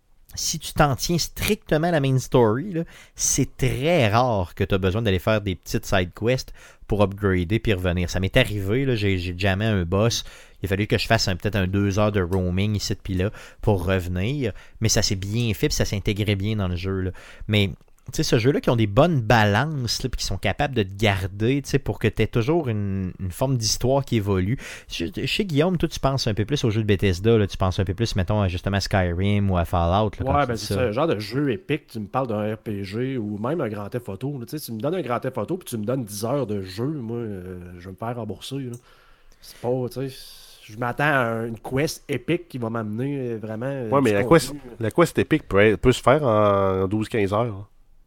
si tu t'en tiens strictement à la main story, là, c'est très rare que tu as besoin d'aller faire des petites side quests pour upgrader puis revenir. Ça m'est arrivé, là, j'ai, j'ai jamais un boss. Il a fallu que je fasse un- peut-être un deux heures de roaming ici puis là pour revenir. Mais ça s'est bien fait puis ça s'intégrait bien dans le jeu. Là. Mais tu sais, ce jeu-là qui ont des bonnes balances, là, puis qui sont capables de te garder, tu sais, pour que tu aies toujours une, une forme d'histoire qui évolue. Chez, chez Guillaume, toi, tu penses un peu plus au jeu de Bethesda, là, tu penses un peu plus, mettons, à, justement à Skyrim ou à Fallout. Là, quand Ouais, tu ben dis c'est ça. ça, genre de jeu épique, tu me parles d'un R P G ou même un Grand Theft Auto. Là, tu sais, tu me donnes un Grand Theft Auto puis tu me donnes dix heures de jeu, moi, euh, je vais me faire rembourser. Là. C'est pas, tu sais, je m'attends à une quest épique qui va m'amener euh, vraiment. euh, Ouais, mais du la contenu. quest, la quest épique peut, être- peut se faire en douze à quinze heures. hein.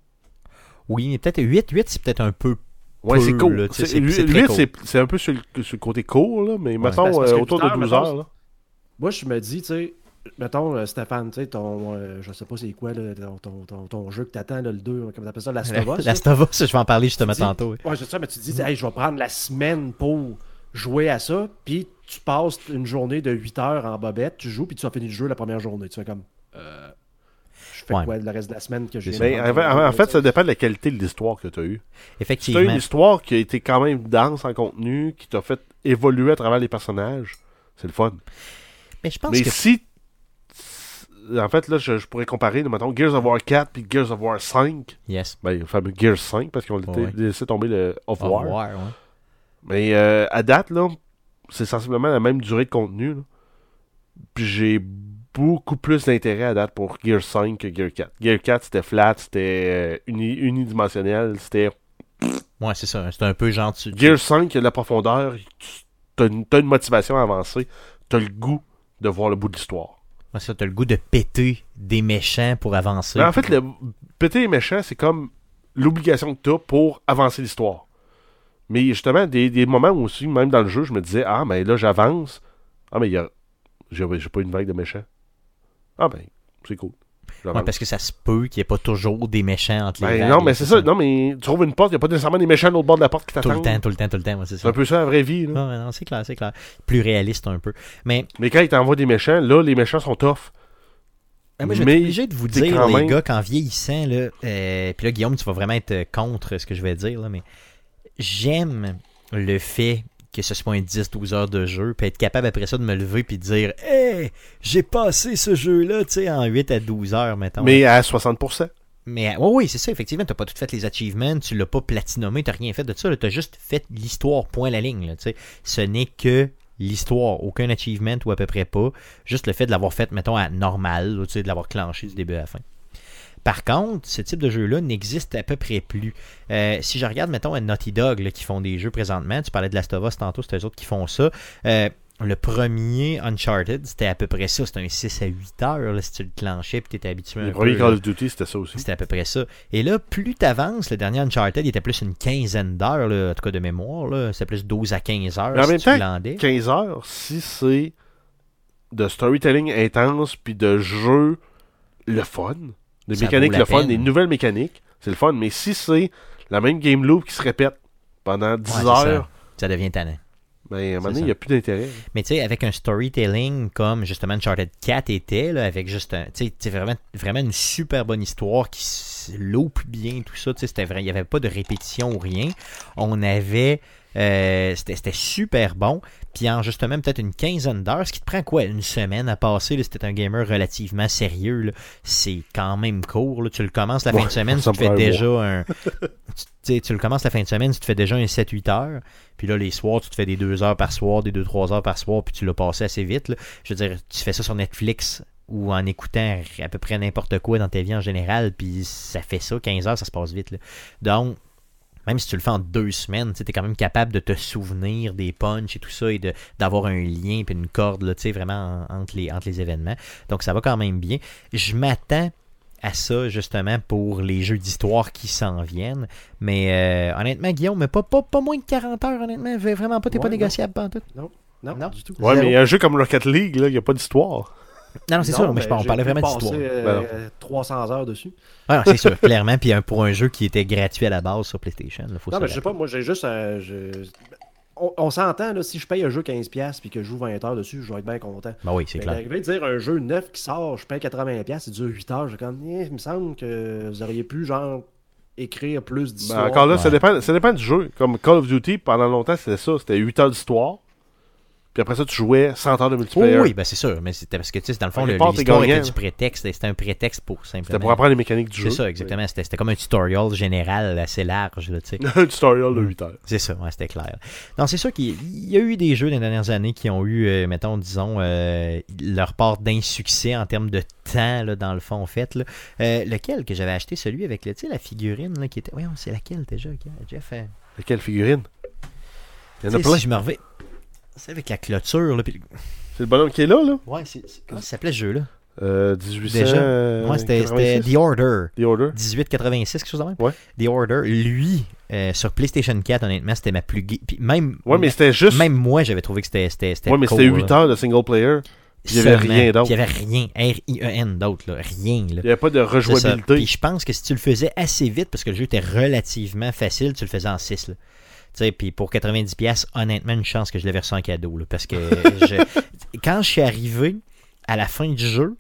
Oui, mais peut-être huit, huit, c'est peut-être un peu. Ouais, peu, c'est cool. là, tu sais, C'est- c'est- lui- c'est lui, très cool. c'est, c'est un peu sur le, sur le côté court, là, mais mettons Ben, c'est parce euh, que autour huit de heures, douze mettons, heures. Là. Moi, je me dis, tu sais, mettons, euh, Stéphane, tu sais, ton, euh, je sais pas c'est quoi, là, ton, ton, ton, ton jeu que t'attends, là, le deux, comment t'appelles ça, Last of Us. là. Last of Us, je vais en parler justement Tu dis- tantôt. oui. Ouais, c'est ça, mais tu te dis, hey, je vais prendre la semaine pour jouer à ça, puis tu passes une journée de huit heures en bobette, tu joues, puis tu as fini le jeu la première journée. Tu fais comme, euh, je fais Ouais. quoi le reste de la semaine que j'ai Mais en, en- en fait, ça dépend de la qualité de l'histoire que tu as eue. Si tu as Effectivement. une histoire qui a été quand même dense en contenu, qui t'a fait évoluer à travers les personnages, c'est le fun. Mais je pense Mais que. si... En fait, là, je, je pourrais comparer, là, mettons, Gears of War quatre puis Gears of War cinq. Yes. Ben, le fameux Gears cinq, parce qu'on Ouais. a laissé tomber le Of Au War. revoir, ouais. Mais euh, à date, là, c'est sensiblement la même durée de contenu. Là. Puis j'ai beaucoup plus d'intérêt à date pour Gear cinq que Gear quatre. Gear quatre, c'était flat, c'était euh, uni- unidimensionnel, c'était... Ouais, c'est ça. C'est un peu genre... Tu, tu- Gear cinq, il y a de la profondeur, tu t'as une, t'as une motivation à avancer, t'as le goût de voir le bout de l'histoire. Ouais, ça, t'as le goût de péter des méchants pour avancer. Mais en fait, le péter les méchants, c'est comme l'obligation que t'as pour avancer l'histoire. Mais justement, des, des moments où aussi, même dans le jeu, je me disais, ah, mais là, j'avance. Ah, mais il y a... J'ai, j'ai pas une vague de méchants. Ah, ben, c'est cool. Ouais, parce que ça se peut qu'il n'y ait pas toujours des méchants entre les Ben, vagues, non, mais là, c'est ça. Non, mais tu trouves une porte, il n'y a pas nécessairement des méchants de l'autre bord de la porte qui Tout t'attendent. le temps, tout le temps, tout le temps. Ouais, c'est C'est ça. un peu ça la vraie vie. Là. Non, mais non, c'est clair, c'est clair. Plus réaliste un peu. Mais, Mais quand ils t'envoient des méchants, là, les méchants sont tough. moi, je vais Mais être obligé de vous t'es dire, quand les même- gars, qu'en vieillissant, là, euh, puis là, Guillaume, tu vas vraiment être contre ce que je vais dire, là, mais j'aime le fait que ce soit un dix douze heures de jeu, puis être capable après ça de me lever puis de dire « Hey, j'ai passé ce jeu-là, tu sais, en huit à douze heures, mettons. » Mais à soixante pour cent. Mais oui, oui, c'est ça, effectivement, t'as pas tout fait les achievements, tu l'as pas platinomé, t'as rien fait de ça, là, t'as juste fait l'histoire, point la ligne, là, tu sais. Ce n'est que l'histoire, aucun achievement ou à peu près pas, juste le fait de l'avoir fait, mettons, à normal, là, tu sais, de l'avoir clenché du début à la fin. Par contre, ce type de jeu-là n'existe à peu près plus. Euh, si je regarde, mettons, à Naughty Dog, là, qui font des jeux présentement, tu parlais de Last of Us tantôt, c'est eux autres qui font ça. Euh, le premier Uncharted, c'était à peu près ça. C'était un six à huit heures, là, si tu le clenchais et tu étais habitué un Le peu. premier là. Call of Duty, c'était ça aussi. C'était à peu près ça. Et là, plus tu avances, le dernier Uncharted, il était plus une quinzaine d'heures, là, en tout cas de mémoire. Là. C'était plus douze à quinze heures Mais en si même tu temps, glandais. quinze heures, si c'est de storytelling intense puis de jeu le fun, des Ça mécaniques vaut la le fun, peine. des nouvelles mécaniques, c'est le fun. Mais si c'est la même game loop qui se répète pendant dix Ouais, c'est ça. heures, Ça devient tannant. ben, à un moment C'est donné, ça. il n'y a plus d'intérêt. Mais tu sais, avec un storytelling comme justement Uncharted quatre était, là, avec juste un, tu sais, c'est vraiment, vraiment une super bonne histoire qui se loupe bien, tout ça, tu sais, c'était vrai, il n'y avait pas de répétition ou rien. On avait, euh, c'était, c'était super bon. Puis en justement peut-être une quinzaine d'heures, ce qui te prend quoi, une semaine à passer, là, si t'es un gamer relativement sérieux, là, c'est quand même court. Là. Tu le commences la fin Ouais, de semaine, ça tu me te fais prend un déjà un... tu, tu sais, tu le commences la fin de semaine, tu te fais déjà un sept huit heures. Puis là, les soirs, tu te fais des deux heures par soir, des deux trois heures par soir, puis tu l'as passé assez vite. Là. Je veux dire, tu fais ça sur Netflix ou en écoutant à peu près n'importe quoi dans ta vie en général, puis ça fait ça, quinze heures, ça se passe vite. Là. Donc, même si tu le fais en deux semaines, tu es quand même capable de te souvenir des punchs et tout ça et de, d'avoir un lien et une corde là, vraiment en, entre, les, entre les événements. Donc ça va quand même bien. Je m'attends à ça justement pour les jeux d'histoire qui s'en viennent. Mais euh, honnêtement, Guillaume, mais pas, pas, pas moins de quarante heures, honnêtement. Vraiment pas, t'es Ouais, pas non. négociable pantoute. Non, non, Non. du tout. Ouais, Zéro. mais un jeu comme Rocket League, il n'y a pas d'histoire. Non, non, c'est Non, sûr, mais je ben, on j'ai parlait pu vraiment passer, d'histoire. euh, Ben trois cents heures dessus. Ouais, non, c'est sûr, clairement. Puis un- pour un jeu qui était gratuit à la base sur PlayStation, il faut Non, se mais je sais pas, moi, j'ai juste. euh, je- On, on s'entend, là, si je paye un jeu quinze dollars puis que je joue vingt heures dessus, je vais être bien content. Ben oui, c'est Mais clair. d'arriver de dire un jeu neuf qui sort, je paye quatre-vingts dollars, il dure huit heures, j'ai comme, eh, il me semble que vous auriez pu, genre, écrire plus Ben, d'histoires. encore là, ça, Ouais. dépend, ça dépend du jeu. Comme Call of Duty, pendant longtemps, c'était ça. C'était huit heures d'histoire. Puis après ça, tu jouais cent heures de Oui, multiplayer. oui, ben c'est sûr. Mais c'était parce que, tu sais, dans le fond, Quelque le- part, t'es l'histoire gagnant. était du prétexte. C'était un prétexte pour simplement. C'était pour apprendre les mécaniques du C'est jeu. ça, exactement. C'était, c'était comme un tutorial général assez large, là, tu sais. Un tutorial de huit heures. C'est ça, ouais, c'était clair. Non, c'est sûr qu'il il y a eu des jeux dans les dernières années qui ont eu, euh, mettons, disons, euh, leur part d'insuccès en termes de temps, là, dans le fond, en fait. Là. Euh, lequel que j'avais acheté, celui avec, le- tu sais, la figurine, là, qui était... Oui, c'est laquelle déjà, ok, Jeff? euh, Quelle figurine? Il y en a tu sais, plein. si je me reviens... C'est avec la clôture, là, puis... C'est le bonhomme qui est là, là? Ouais, c'est... c'est- Comment ça s'appelait ce jeu-là? Euh, dix-huit cent Déjà? Ouais, c'était, c'était The Order. The Order. dix-huit quatre-vingt-six, quelque chose de même. Ouais. The Order, lui, euh, sur PlayStation quatre, honnêtement, c'était ma plus... gay- Puis même, Ouais, mais c'était juste. même moi, j'avais trouvé que c'était c'était, c'était Ouais, mais cool, c'était huit là. heures de single player. Puis il y avait Seulement. rien d'autre. Puis il y avait rien. R I E N d'autre, là. Rien, là. Il n'y avait pas de C'est ça. rejouabilité. Puis je pense que si tu le faisais assez vite, parce que le jeu était relativement facile, tu le faisais en six, là. Tu sais, puis pour quatre-vingt-dix dollars, honnêtement, une chance que je l'avais reçu en cadeau, là, parce que je... quand je suis arrivé à la fin du jeu,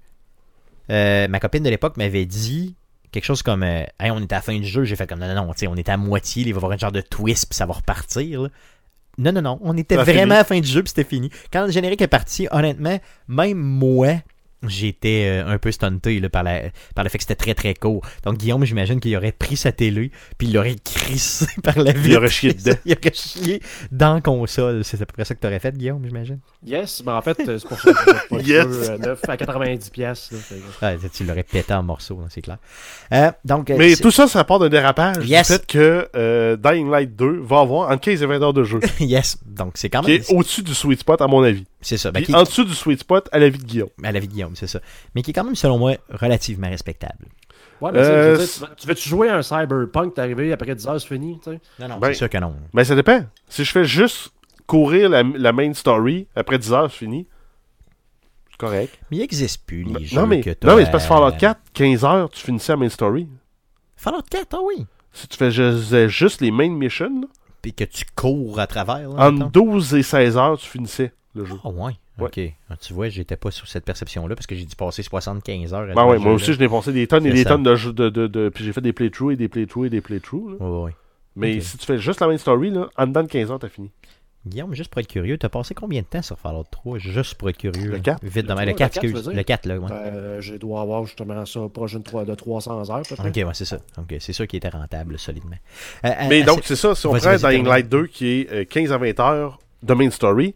euh, ma copine de l'époque m'avait dit quelque chose comme euh, hey, on est à la fin du jeu. J'ai fait comme non, non, non, tu sais, on est à moitié, il va y avoir un genre de twist, puis ça va repartir, là. Non, non, non, on était Ça a vraiment fini. à la fin du jeu, puis c'était fini. Quand le générique est parti, honnêtement, même moi, j'ai été euh, un peu stunté là, par, la, par le fait que c'était très très court. Donc Guillaume, j'imagine qu'il aurait pris sa télé puis il l'aurait crissé par la vitre. Il aurait chié dedans. Il aurait chié dans la console. C'est à peu près ça que tu aurais fait, Guillaume, j'imagine? Yes, mais en fait, c'est pour ça que j'ai pas de Yes. jeu euh, neuf à quatre-vingt-dix piastres. là, fait que- Ah, tu l'aurais pété en morceaux, là, c'est clair. Euh, donc, euh, Mais c'est- tout ça, ça part d'un dérapage Yes. du fait que euh, Dying Light deux va avoir entre quinze et vingt heures de jeu. yes, donc c'est quand qui même... est au-dessus du sweet spot, à mon avis. C'est ça. Ben, Puis qui- en dessous du sweet spot, à la vie de Guillaume. à la vie de Guillaume, c'est ça. Mais qui est quand même, selon moi, relativement respectable. Ouais, mais tu sais, Euh, je veux dire, tu veux- tu veux-tu jouer à un Cyberpunk, t'es arrivé après dix heures, c'est fini, tu sais? Non, non, Ben, c'est sûr que non. Mais ça dépend. Si je fais juste courir la, la main story, après dix heures, c'est fini. C'est correct. Mais il n'existe plus, les Ben, jeux non, mais, que t'as non, mais c'est parce que à- Fallout quatre, quinze heures, tu finissais la main story. Fallout quatre, ah oui. Si tu faisais juste les main missions, là, Puis que tu cours à travers, là, entre mettons. douze et seize heures, tu finissais le jeu. Ah ouais, Ouais. ok. Ah, tu vois, j'étais pas sous cette perception-là parce que j'ai dû passer soixante-quinze heures. à Ben jouer ouais, à ce moi jeu-là. aussi, je n'ai passé des tonnes et C'est des ça. tonnes de jeux. De, de, de, puis j'ai fait des playthroughs et des playthroughs et des playthroughs. là. Ouais, ouais. Mais Ok. si tu fais juste la main story, là, en dedans de quinze heures, t'as fini. Guillaume, juste pour être curieux, t'as passé combien de temps sur Fallout trois? Juste pour être curieux. Le là. quatre. Vite Le demain. Le trois, quatre, le quatre, excuse. tu veux dire? Le quatre, là, ouais. Euh, je dois avoir justement ça proche de trois- de trois cents heures, peut-être. Ok, ouais, c'est ça. Ok, c'est sûr qu'il était rentable, solidement. Euh, euh, Mais euh, donc, c'est- c'est ça. Si on Vas-y, prend vas-y, Dying termine. Light deux, qui est euh, quinze à vingt heures de main story,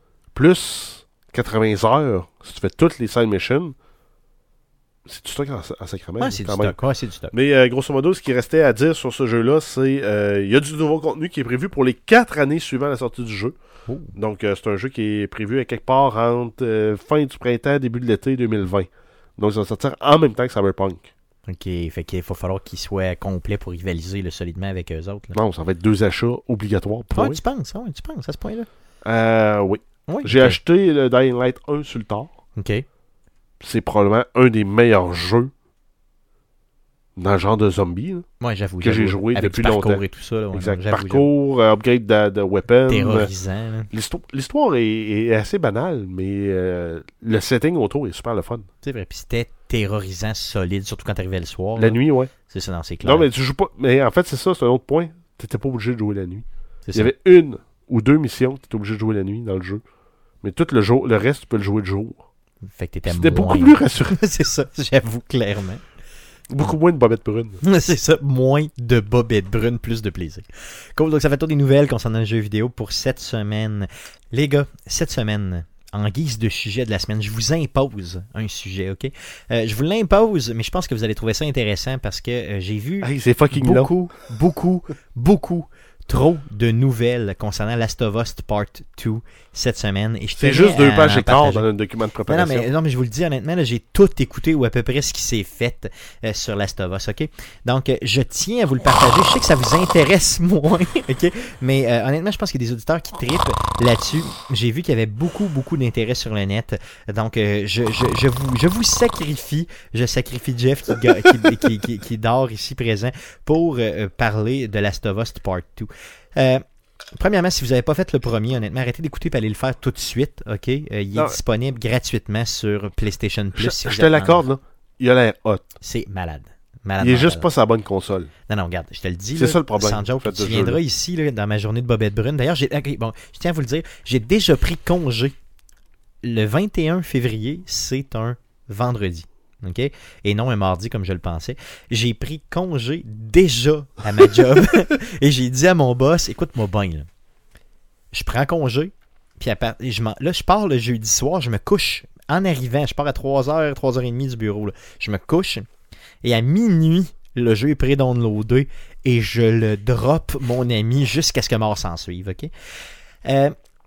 plus quatre-vingts heures, si tu fais toutes les side missions, c'est du stock en, en sacrament. Ouais, c'est du quand même. stock. Ouais, c'est du stock. Mais euh, grosso modo, ce qui restait à dire sur ce jeu-là, c'est euh, il y a du nouveau contenu qui est prévu pour les quatre années suivant la sortie du jeu. Oh. Donc, euh, c'est un jeu qui est prévu à quelque part entre euh, fin du printemps, début de l'été deux mille vingt. Donc, ça va sortir en même temps que Cyberpunk. Ok, fait qu'il va falloir qu'il soit complet pour rivaliser le solidement avec eux autres. Là. Non, ça va être deux achats obligatoires. Pour Ouais, eux. tu penses, ouais, tu penses à ce point-là? Euh, oui. Oui. J'ai ok. acheté le Dying Light un sur le tard. Ok. C'est probablement un des meilleurs jeux dans le genre de zombie. là. Ouais, j'avoue. Que j'ai j'avoue. joué Avec depuis du parcours longtemps. et tout ça. Là, ouais, Exact. non, j'avoue, Parcours, euh, upgrade de, de weapon. j'avoue. Terrorisant. là. L'histoire, l'histoire est, est assez banale, mais euh, le setting autour est super le fun. C'est vrai. Puis c'était terrorisant, solide, surtout quand t'arrivais le soir. La là. nuit, ouais. C'est ça, non, c'est clair. Non, mais tu joues pas. Mais en fait, c'est ça, c'est un autre point. T'étais pas obligé de jouer la nuit. C'est Il y avait une ou deux missions que t'étais obligé de jouer la nuit dans le jeu. Mais tout le jour, le reste, tu peux le jouer de jour. Fait que t'étais C'était moins... beaucoup plus rassurant. c'est ça, j'avoue, clairement. Beaucoup moins de bobettes brunes. C'est ça, moins de bobettes brunes, plus de plaisir. Cool, donc ça fait le tour des nouvelles concernant le jeu vidéo pour cette semaine. Les gars, cette semaine, en guise de sujet de la semaine, je vous impose un sujet, ok? Euh, je vous l'impose, mais je pense que vous allez trouver ça intéressant parce que euh, j'ai vu Hey, c'est fucking long. beaucoup, beaucoup, beaucoup, trop de nouvelles concernant Last of Us Part deux cette semaine. Et je C'est tenais juste deux à pages en et quart partager. dans le document de Non, non, préparation. mais, non, mais je vous le dis honnêtement, là, j'ai tout écouté ou à peu près ce qui s'est fait euh, sur Last of Us, ok? Donc, euh, je tiens à vous le partager. Je sais que ça vous intéresse moins, ok? Mais euh, honnêtement, je pense qu'il y a des auditeurs qui trippent là-dessus. J'ai vu qu'il y avait beaucoup, beaucoup d'intérêt sur le net. Donc, euh, je, je, je, vous, je vous sacrifie. Je sacrifie Jeff qui, ga- qui, qui, qui, qui dort ici présent pour euh, parler de Last of Us Part deux. Euh, Premièrement, si vous n'avez pas fait le premier, honnêtement, arrêtez d'écouter et allez le faire tout de suite, ok? Euh, il est Non. disponible gratuitement sur PlayStation Plus. Je, si vous je te êtes l'accorde, là. Il a l'air hot. C'est malade. malade Il est mental. juste pas sa bonne console. Non, non, regarde, je te le dis. C'est là, ça le problème, Sans joke, faites tu de viendras jeu, là. ici là, dans ma journée de bobette brune. D'ailleurs, j'ai, ok, bon, je tiens à vous le dire, j'ai déjà pris congé. Le vingt et un février, c'est un vendredi. OK? Et non un mardi comme je le pensais. J'ai pris congé déjà à ma job. Et j'ai dit à mon boss, écoute-moi bien, là. Je prends congé, puis à part- je m'en- là, je pars le jeudi soir, je me couche en arrivant. Je pars à trois heures, trois heures trente du bureau. Là. Je me couche, et à minuit, le jeu est pré-downloadé, et je le drop, mon ami, jusqu'à ce que mort s'en suive. OK? Euh,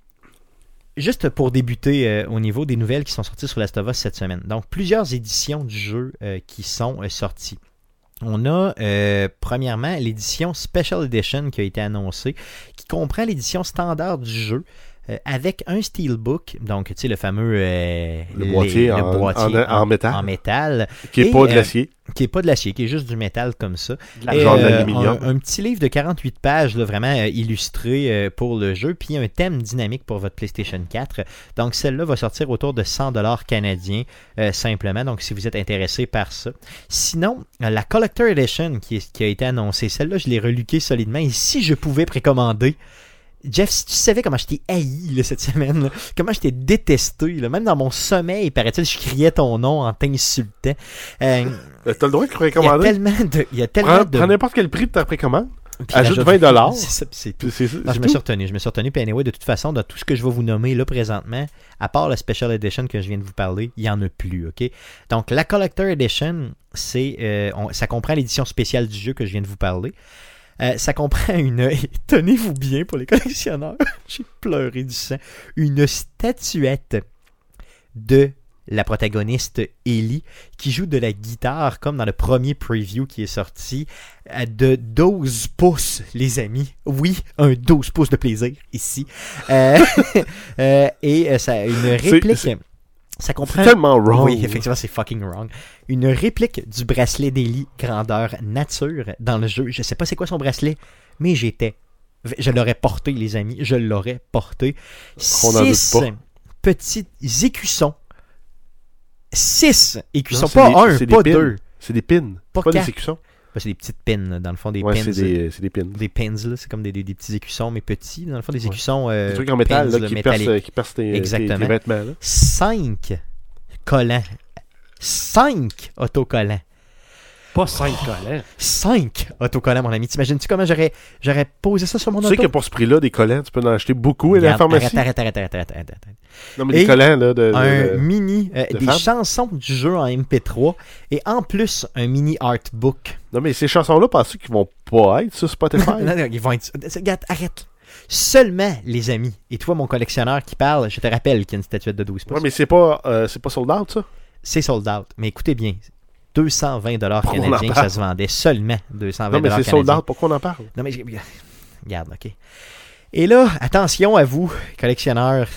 Juste pour débuter euh, au niveau des nouvelles qui sont sorties sur Last of Us cette semaine. Donc, plusieurs éditions du jeu euh, qui sont euh, sorties. On a, euh, premièrement, l'édition Special Edition qui a été annoncée, qui comprend l'édition standard du jeu, euh, avec un steelbook, donc, tu sais, le fameux... euh, Le boîtier, le en, boîtier en- en métal. en métal, Qui est Et, pas de euh, l'acier. qui n'est pas de l'acier, qui est juste du métal comme ça. De la- Et, genre de euh, l'aluminium. un, un petit livre de quarante-huit pages, là, vraiment euh, illustré euh, pour le jeu, puis un thème dynamique pour votre PlayStation quatre. Donc, celle-là va sortir autour de cent dollars canadiens, euh, simplement. Donc, si vous êtes intéressé par ça. Sinon, euh, la Collector Edition qui, est- qui a été annoncée, celle-là, je l'ai reluquée solidement. Et si je pouvais précommander, Jeff, si tu savais comment je t'ai haï là, cette semaine, là, comment je t'ai détesté, là, même dans mon sommeil, paraît-il, je criais ton nom en t'insultant. Euh, T'as le droit de il y a précommander. tellement de... Il y a tellement Prends, de... prends n'importe quel prix de ta précommande. Puis Ajoute ajoute- vingt dollars. C'est ça, puis c'est tout. C'est, c'est, Non, c'est je me tout. suis retenu, je me suis retenu. Puis anyway, de toute façon, dans tout ce que je vais vous nommer là présentement, à part la Special Edition que je viens de vous parler, il n'y en a plus, ok? Donc, la Collector Edition, c'est, euh, on- ça comprend l'édition spéciale du jeu que je viens de vous parler. Euh, ça comprend une... Tenez-vous bien pour les collectionneurs. J'ai pleuré du sang. Une statuette de la protagoniste Ellie qui joue de la guitare comme dans le premier preview qui est sorti euh, de douze pouces, les amis. Oui, un douze pouces de plaisir ici. Euh, euh, et euh, ça a une réplique... c'est- Ça comprend... C'est tellement wrong. Oui, effectivement, c'est fucking wrong. Une réplique du bracelet d'Ellie grandeur nature dans le jeu. Je sais pas c'est quoi son bracelet, mais j'étais... Je l'aurais porté, les amis. Je l'aurais porté. On n'en doute Six pas. petits écussons. Six écussons. Non, c'est Pas des- un, c'est pas des pins. deux. C'est des pins. Pas Pas, des quatre. écussons. Ben, c'est des petites pins, dans le fond, des Ouais, pins. c'est des, c'est des pins. Des pins, là. C'est comme des, des, des petits écussons, mais petits. Dans le fond, des Ouais. écussons... euh, Des trucs en métal pins, là, là, qui, percent, métalliques. qui percent tes, tes, Exactement. tes vêtements. Là. Cinq collants. Cinq autocollants. Pas cinq collants. Cinq autocollants, mon ami. T'imagines-tu comment j'aurais, j'aurais posé ça sur mon Tu sais auto? que pour ce prix-là, des collants, tu peux en acheter beaucoup à la Regarde, pharmacie. Arrête, arrête, arrête, arrête, arrête, arrête. Non, mais Et des collants là, de, de- Un de- mini, euh, de des femmes? chansons du jeu en M P trois et en plus un mini artbook. Non, mais ces chansons-là, pensez qu'ils vont pas être sur Spotify. Non, non, ils vont être... Regarde, arrête. Seulement, les amis. Et toi, mon collectionneur qui parle, je te rappelle qu'il y a une statuette de douze pouces. Ouais, mais c'est pas, euh, c'est pas sold out, ça. C'est sold out. Mais écoutez bien, deux cent vingt dollars Pourquoi on en canadiens, parle? ça se vendait seulement deux cent vingt Non, mais dollars c'est sold canadiens. out. Pourquoi on en parle? Non, mais je- regarde, ok. Et là, attention à vous, collectionneurs.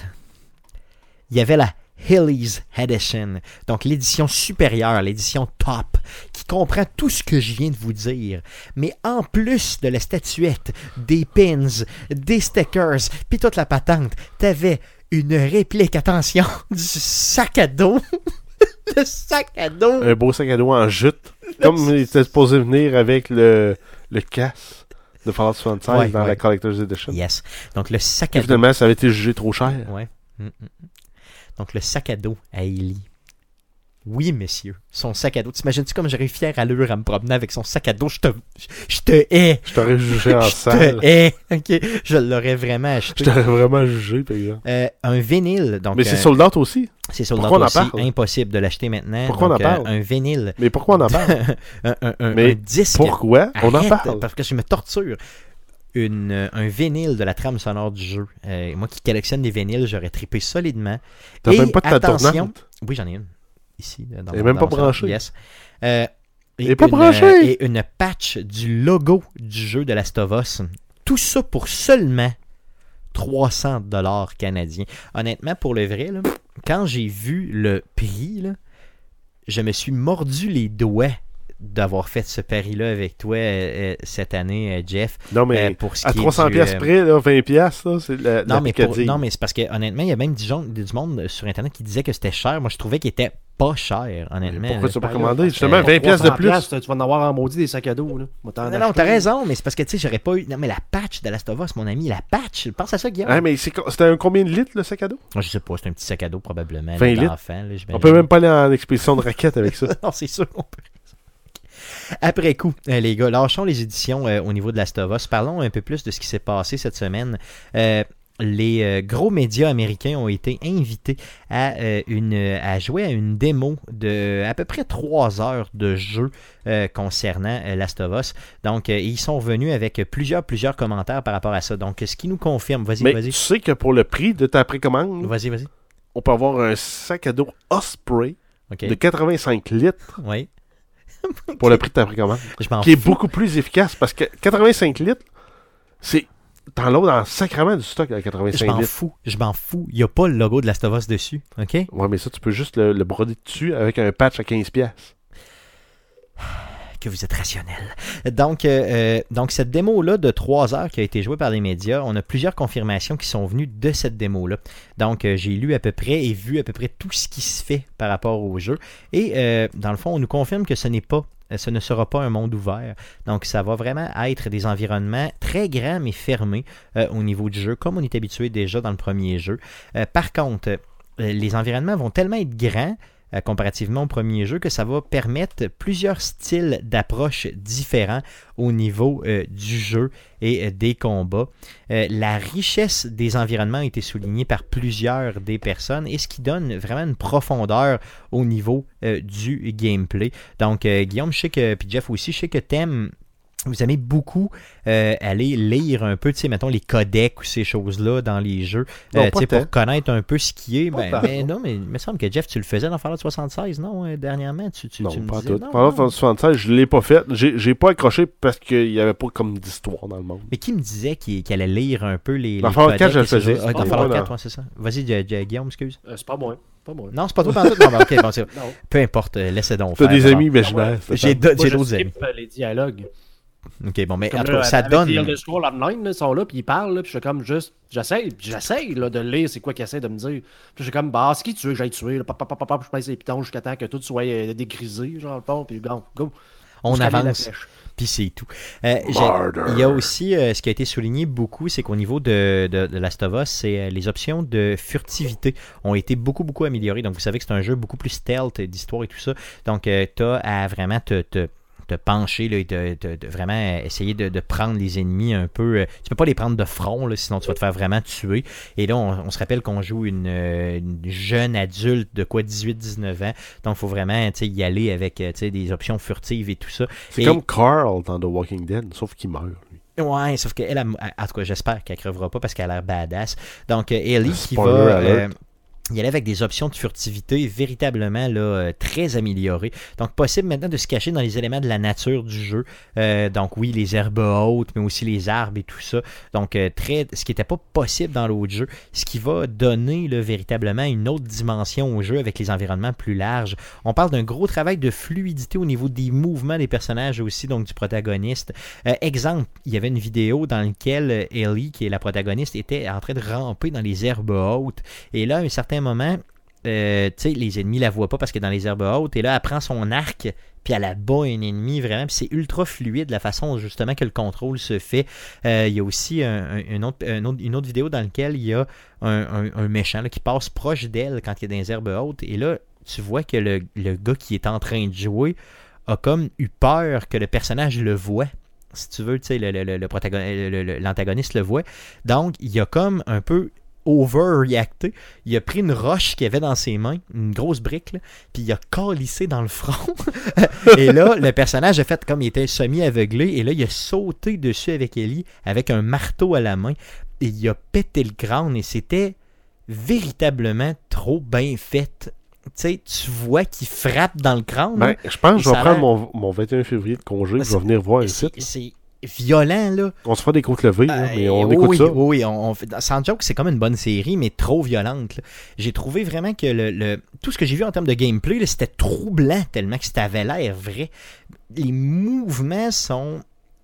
Il y avait la Hilly's Edition, donc l'édition supérieure, l'édition top, qui comprend tout ce que je viens de vous dire. Mais en plus de la statuette, des pins, des stickers, puis toute la patente, t'avais une réplique, attention, du sac à dos. Le sac à dos. Un beau sac à dos en jute. Comme il était supposé venir avec le, le casse de Fallout soixante-seize Ouais, dans ouais. la Collector's Edition. Yes. Donc le sac à dos. Évidemment, ça avait été jugé trop cher. Ouais. Mm, mm, mm. Donc, le sac à dos à Ellie. Oui, monsieur. Son sac à dos. T'imagines-tu comme j'aurais fière allure à me promener avec son sac à dos? Je te, je te hais. Je t'aurais jugé en Je salle. te hais. OK. Je l'aurais vraiment Je acheté. t'aurais vraiment jugé, par exemple. Euh, un vinyle. Donc, Mais c'est euh, sold out aussi. c'est sold pourquoi out on en aussi. parle? Impossible de l'acheter maintenant. Pourquoi on Donc, en parle? euh, un vinyle. Mais pourquoi on en parle? un, un, un, Mais un disque. Pourquoi on en Arrête, parle? Parce que je me torture. Une, euh, un vinyle de la trame sonore du jeu. Euh, moi qui collectionne des vinyles, j'aurais trippé solidement. T'as Et même pas de ta attention- tournante. Oui, j'en ai une. Ici. Dans Elle est mon- même dans pas mon salon. branchée. Yes. Euh, et Elle est pas une, branchée. euh, et une patch du logo du jeu de Last of Us. Tout ça pour seulement trois cents dollars canadiens. Honnêtement, pour le vrai, là, quand j'ai vu le prix, là, je me suis mordu les doigts d'avoir fait ce pari-là avec toi euh, euh, cette année, euh, Jeff. Non, mais Euh, pour ce à qui est trois cents du, piastres euh, près, là, vingt piastres, là, c'est la, Non la mais, pour- picadille. non, mais c'est parce que honnêtement, il y a même du, gens- du monde sur Internet qui disait que c'était cher. Moi, je trouvais qu'il était pas cher, honnêtement. Pourquoi là. tu n'as pas Ben, commandé? là, Justement, euh, vingt piastres de trois cents plus. piastres, tu vas en avoir en maudit des sacs à dos. Là. Va t'en Non, non, acheter. t'as raison, mais c'est parce que, tu sais, j'aurais pas eu... Non, mais la patch de Last of Us, mon ami, la patch, pense à ça, Guillaume. Hein, mais c'est co- c'était un combien de litres, le sac à dos? Moi, je sais pas, c'est un petit sac à dos, probablement. vingt litres. D'enfant, là, On peut même pas aller en expédition de raquettes avec ça. non, c'est sûr qu'on peut. Après coup, euh, les gars, lâchons les éditions euh, au niveau de Last of Us. Parlons un peu plus de ce qui s'est passé cette semaine. Euh, les euh, gros médias américains ont été invités à, euh, une, à jouer à une démo de à peu près trois heures de jeu euh, concernant euh, Last of Us. Donc, euh, ils sont venus avec plusieurs, plusieurs commentaires par rapport à ça. Donc, ce qui nous confirme, vas-y, Mais vas-y. tu sais que pour le prix de ta précommande, Vas-y, vas-y. on peut avoir un sac à dos Osprey OK. de quatre-vingt-cinq litres Oui. pour le prix de ta précommande. Je m'en Qui est fous. beaucoup plus efficace parce que quatre-vingt-cinq litres, c'est. T'en l'as dans sacrément du stock à Je quatre-vingt-cinq m'en litres. fous. Je m'en fous. Il n'y a pas le logo de Last of Us dessus. OK? Ouais, mais ça, tu peux juste le, le broder dessus avec un patch à quinze piastres. Que vous êtes rationnel. Donc, euh, euh, donc cette démo-là de trois heures qui a été jouée par les médias, on a plusieurs confirmations qui sont venues de cette démo-là. Donc, euh, j'ai lu à peu près et vu à peu près tout ce qui se fait par rapport au jeu. Et euh, dans le fond, on nous confirme que ce n'est pas ce ne sera pas un monde ouvert. Donc, ça va vraiment être des environnements très grands mais fermés euh, au niveau du jeu, comme on est habitué déjà dans le premier jeu. Euh, par contre, euh, les environnements vont tellement être grands Euh, comparativement au premier jeu, que ça va permettre plusieurs styles d'approche différents au niveau euh, du jeu et euh, des combats. Euh, la richesse des environnements a été soulignée par plusieurs des personnes et ce qui donne vraiment une profondeur au niveau euh, du gameplay. Donc, euh, Guillaume, je sais que, puis Jeff aussi, je sais que t'aimes vous aimez beaucoup euh, aller lire un peu, tu sais, mettons, les codecs ou ces choses-là dans les jeux, Non, euh, pas tu sais, tant. pour connaître un peu ce qui est. Ben, tant. ben, non, mais il me semble que Jeff, tu le faisais dans Fallout soixante-seize, non, euh, dernièrement? Tu, tu, Non, tu me pas disais, tout. non, Fallout non. soixante-seize, je l'ai pas fait. J'ai, j'ai pas accroché parce qu'il y avait pas comme d'histoire dans le monde. Mais qui me disait qu'il, qu'il allait lire un peu les, Dans les Fallout codecs quatre, je le et ces faisais, jeux? c'est Ah, pas dans moi, Fallout non. quatre, ouais, c'est ça. Vas-y, J- J- Guillaume, excuse. Euh, c'est pas moi. Pas moi. Non, c'est pas toi pendant tout. Non, ben, ok, bon, c'est- Non. peu importe, euh, laissez donc T'as faire. des bon. amis imaginaires. c'est J'ai, ça. do- Moi, j'ai je d'autres amis. skip, euh, les dialogues. Ok, bon, mais Comme en tout là, cas, ça avec donne. les Elder Scrolls Online, là, ils sont là, puis ils parlent, là, puis je suis comme juste. J'essaye, puis j'essaye là, de lire c'est quoi qu'ils essaient de me dire. Puis je suis comme, bah, c'est qui tu veux que j'aille tuer, là, papa, papa, papa, je pèse les pitons jusqu'à temps que tout soit euh, dégrisé, genre le pont, puis go, go. On Jusqu'à aller la avance. flèche. Puis c'est tout. Euh, j'ai- Murder. il y a aussi euh, ce qui a été souligné beaucoup, c'est qu'au niveau de, de, de Last of Us, c'est euh, les options de furtivité ont été beaucoup, beaucoup améliorées. Donc, vous savez que c'est un jeu beaucoup plus stealth, d'histoire et tout ça. Donc, euh, tu as à vraiment te, te, te pencher là, et de, de- de vraiment essayer de, de prendre les ennemis un peu. euh, tu peux pas les prendre de front, là, sinon tu vas te faire vraiment tuer. Et là, on, on se rappelle qu'on joue une, euh, une jeune adulte de quoi dix-huit dix-neuf ans. Donc, il faut vraiment tu sais, y aller avec euh, tu sais, des options furtives et tout ça. C'est Et- comme Carl dans The Walking Dead, sauf qu'il meurt. Lui. Ouais, sauf qu'elle, a- en tout cas, j'espère qu'elle crevera pas parce qu'elle a l'air badass. Donc, euh, Ellie qui Spoiler va alert. euh, y aller avec des options de furtivité véritablement là, euh, très améliorées. Donc, possible maintenant de se cacher dans les éléments de la nature du jeu. Euh, donc, oui, les herbes hautes, mais aussi les arbres et tout ça. Donc, euh, très, ce qui n'était pas possible dans l'autre jeu. Ce qui va donner là, véritablement une autre dimension au jeu avec les environnements plus larges. On parle d'un gros travail de fluidité au niveau des mouvements des personnages aussi, donc du protagoniste. Euh, exemple, il y avait une vidéo dans laquelle euh, Ellie, qui est la protagoniste, était en train de ramper dans les herbes hautes. Et là, à un certain moment, euh, tu sais, les ennemis la voient pas parce qu'elle est dans les herbes hautes. Et là, elle prend son arc, puis elle abat un ennemi vraiment. Puis c'est ultra fluide la façon justement que le contrôle se fait. Euh, il y a aussi un, un- un autre, un autre- une autre vidéo dans laquelle il y a un, un- un méchant là, qui passe proche d'elle quand il est dans les herbes hautes. Et là, tu vois que le, le gars qui est en train de jouer a comme eu peur que le personnage le voit. Si tu veux, tu sais, le, le, le, le protagon- le- le- le- l'antagoniste le voit. Donc, il a comme un peu overreacté. Il a pris une roche qu'il avait dans ses mains, une grosse brique, là, puis il a calissé dans le front. Et là, le personnage a fait comme il était semi-aveuglé, et là, il a sauté dessus avec Ellie, avec un marteau à la main, et il a pété le crâne, et c'était véritablement trop bien fait. Tu sais, tu vois qu'il frappe dans le crâne. Ben, là. je pense que je Ça vais a prendre l'air- mon, mon vingt et un février de congé, je C'est- vais venir voir un c'est, site. c'est violent, là. On se fera des côtes levées, là, mais Euh, on oui, écoute oui, ça. Oui, oui, on, on fait- sans joke, c'est comme une bonne série, mais trop violente. là. J'ai trouvé vraiment que le, le- tout ce que j'ai vu en termes de gameplay, là, c'était troublant tellement que ça avait l'air vrai. Les mouvements sont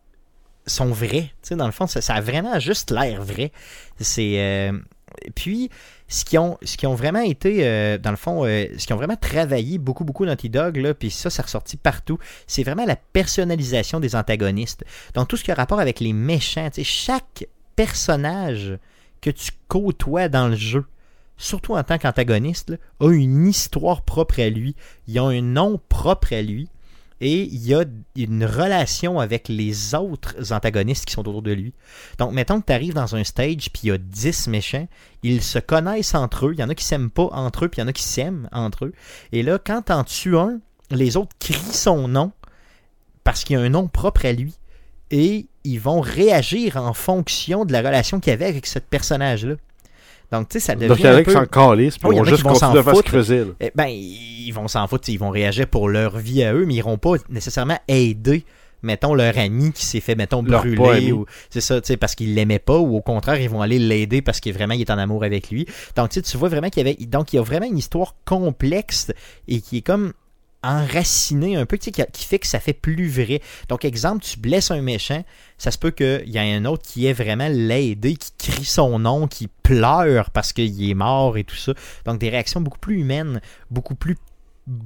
sont vrais. Tu sais, dans le fond, ça, ça a vraiment juste l'air vrai. C'est euh, puis ce qui ont ce qui ont vraiment été euh, dans le fond euh, ce qui ont vraiment travaillé beaucoup beaucoup Naughty Dog là, puis ça ça ressorti partout, c'est vraiment la personnalisation des antagonistes. Donc tout ce qui a rapport avec les méchants, tu sais, chaque personnage que tu côtoies dans le jeu, surtout en tant qu'antagoniste, là, a une histoire propre à lui, il a un nom propre à lui. Et il y a une relation avec les autres antagonistes qui sont autour de lui. Donc, mettons que tu arrives dans un stage puis il y a dix méchants, ils se connaissent entre eux. Il y en a qui s'aiment pas entre eux, puis il y en a qui s'aiment entre eux. Et là, quand t'en tues un, les autres crient son nom parce qu'il y a un nom propre à lui. Et ils vont réagir en fonction de la relation qu'il y avait avec ce personnage-là. Donc, tu sais, ça devient Donc, il y en un a qui peu... s'en calissent, puis Oh, ils il y en vont a juste qui vont s'en continuer à faire ce qu'ils foutre. faisaient. là. Eh ben, ils vont s'en foutre, ils vont réagir pour leur vie à eux, mais ils n'iront pas nécessairement aider, mettons, leur ami qui s'est fait, mettons, Leur pas brûler, ami. ou c'est ça, tu sais, parce qu'ils l'aimaient pas, ou au contraire, ils vont aller l'aider parce qu'il vraiment il est en amour avec lui. Donc, tu sais, tu vois vraiment qu'il y avait, donc il y a vraiment une histoire complexe et qui est comme enraciné un peu, tu sais, qui, qui fait que ça fait plus vrai. Donc, exemple, tu blesses un méchant, ça se peut qu'il y ait un autre qui est vraiment l'aidé, qui crie son nom, qui pleure parce qu'il est mort et tout ça. Donc, des réactions beaucoup plus humaines, beaucoup plus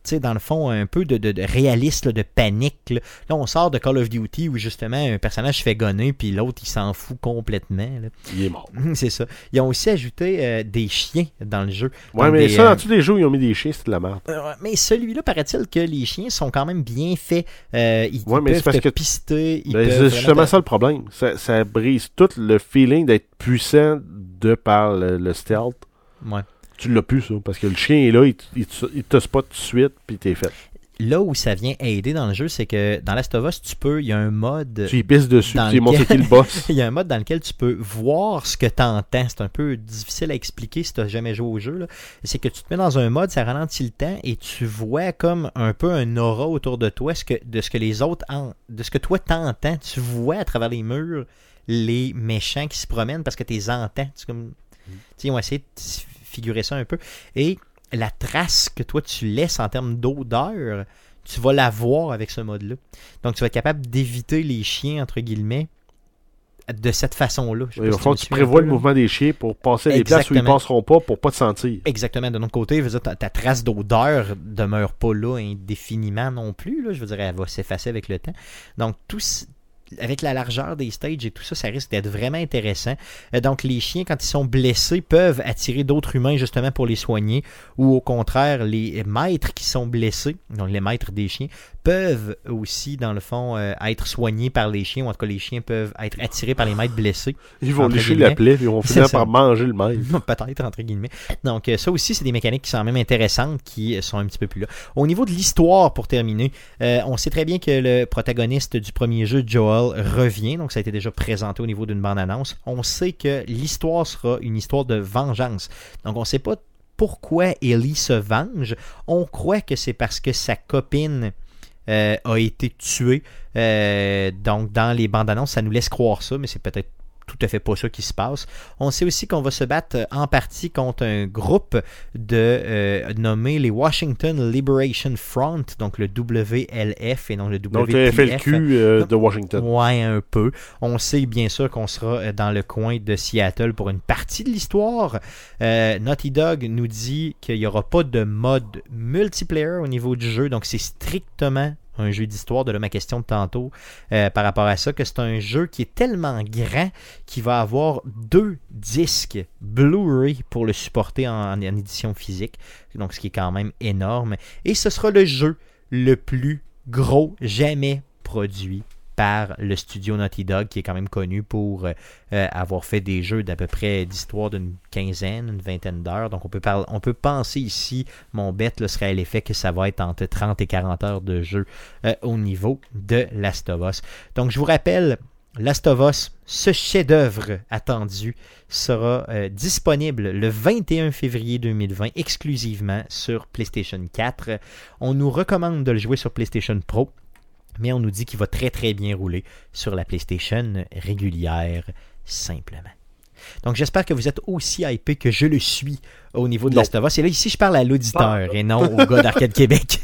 sais, dans le fond, un peu de, de, de réalisme, là, de panique. Là. là, on sort de Call of Duty où justement un personnage se fait gonner puis l'autre il s'en fout complètement. Là. Il est mort. C'est ça. Ils ont aussi ajouté euh, des chiens dans le jeu. Ouais, Donc, mais des, ça, euh, dans tous les jeux, ils ont mis des chiens, c'est de la merde. euh, mais celui-là, paraît-il que les chiens sont quand même bien faits. Euh, ils, Ouais, ils mais c'est peuvent parce te que- pister. Ils Ben, peuvent c'est vraiment justement te- ça le problème. Ça, ça brise tout le feeling d'être puissant de par le, le stealth. Ouais. Tu l'as plus, ça, parce que le chien est là, il, t- il, te- il te spot tout de suite, puis t'es fait. Là où ça vient aider dans le jeu, c'est que dans Last of Us, tu peux, il y a un mode. Tu y pisses dessus, dans tu lui montres lequel- c'est qui le boss. Il y a un mode dans lequel tu peux voir ce que tu entends. C'est un peu difficile à expliquer si tu n'as jamais joué au jeu. Là. C'est que tu te mets dans un mode, ça ralentit le temps et tu vois comme un peu un aura autour de toi ce que, de ce que les autres en- de ce que toi t'entends. Tu vois à travers les murs les méchants qui se promènent parce que tu les entends. Tu comme, tu sais, ils ont essayé de figurer ça un peu. Et la trace que toi tu laisses en termes d'odeur, tu vas la voir avec ce mode-là. Donc tu vas être capable d'éviter les chiens, entre guillemets, de cette façon-là. Je sais Oui, pas au si fond, me tu suis un prévois peu, le là. mouvement des chiens pour passer les places où ils Exactement. passeront pas pour pas te sentir. Exactement. De notre côté, je veux dire, ta, ta trace d'odeur demeure pas là indéfiniment non plus. Là. Je veux dire, elle va s'effacer avec le temps. Donc, tout, c- avec la largeur des stages et tout ça, ça risque d'être vraiment intéressant. Euh, donc, les chiens, quand ils sont blessés, peuvent attirer d'autres humains justement pour les soigner. Ou au contraire, les maîtres qui sont blessés, donc les maîtres des chiens, peuvent aussi, dans le fond, euh, être soignés par les chiens. Ou en tout cas, les chiens peuvent être attirés par les maîtres blessés. Ils vont Entre lécher guillemets. la plaie, puis ils vont C'est finir ça. par manger le maître. Peut-être, entre guillemets. Donc, euh, ça aussi, c'est des mécaniques qui sont même intéressantes, qui euh, sont un petit peu plus là. Au niveau de l'histoire, pour terminer, euh, on sait très bien que le protagoniste du premier jeu, Joel, revient. Donc, ça a été déjà présenté au niveau d'une bande-annonce. On sait que l'histoire sera une histoire de vengeance. Donc, on ne sait pas pourquoi Ellie se venge. On croit que c'est parce que sa copine euh, a été tuée. Euh, donc, dans les bandes annonces, ça nous laisse croire ça, mais c'est peut-être tout à fait pas ça qui se passe. On sait aussi qu'on va se battre en partie contre un groupe de euh, nommé les Washington Liberation Front, donc le W L F et non le W P F. Donc, le F L Q euh, de Washington. Ouais, un peu. On sait bien sûr qu'on sera euh, dans le coin de Seattle pour une partie de l'histoire. Euh, Naughty Dog nous dit qu'il n'y aura pas de mode multiplayer au niveau du jeu, donc c'est strictement un jeu d'histoire, de là ma question de tantôt euh, par rapport à ça, que c'est un jeu qui est tellement grand qu'il va avoir deux disques Blu-ray pour le supporter en, en édition physique, donc ce qui est quand même énorme. Et ce sera le jeu le plus gros jamais produit par le studio Naughty Dog, qui est quand même connu pour euh, euh, avoir fait des jeux d'à peu près d'histoire d'une quinzaine, une vingtaine d'heures. Donc on peut, parler, on peut penser ici, mon bet là, serait à l'effet que ça va être entre trente et quarante heures de jeu euh, au niveau de Last of Us. Donc je vous rappelle, Last of Us, ce chef-d'œuvre attendu, sera euh, disponible le vingt et un février deux mille vingt exclusivement sur PlayStation quatre. On nous recommande de le jouer sur PlayStation Pro, mais on nous dit qu'il va très très bien rouler sur la PlayStation régulière, simplement. Donc j'espère que vous êtes aussi hypé que je le suis au niveau de Non. Last of Us. Et là, ici, je parle à l'auditeur et non au gars d'Arcade Québec.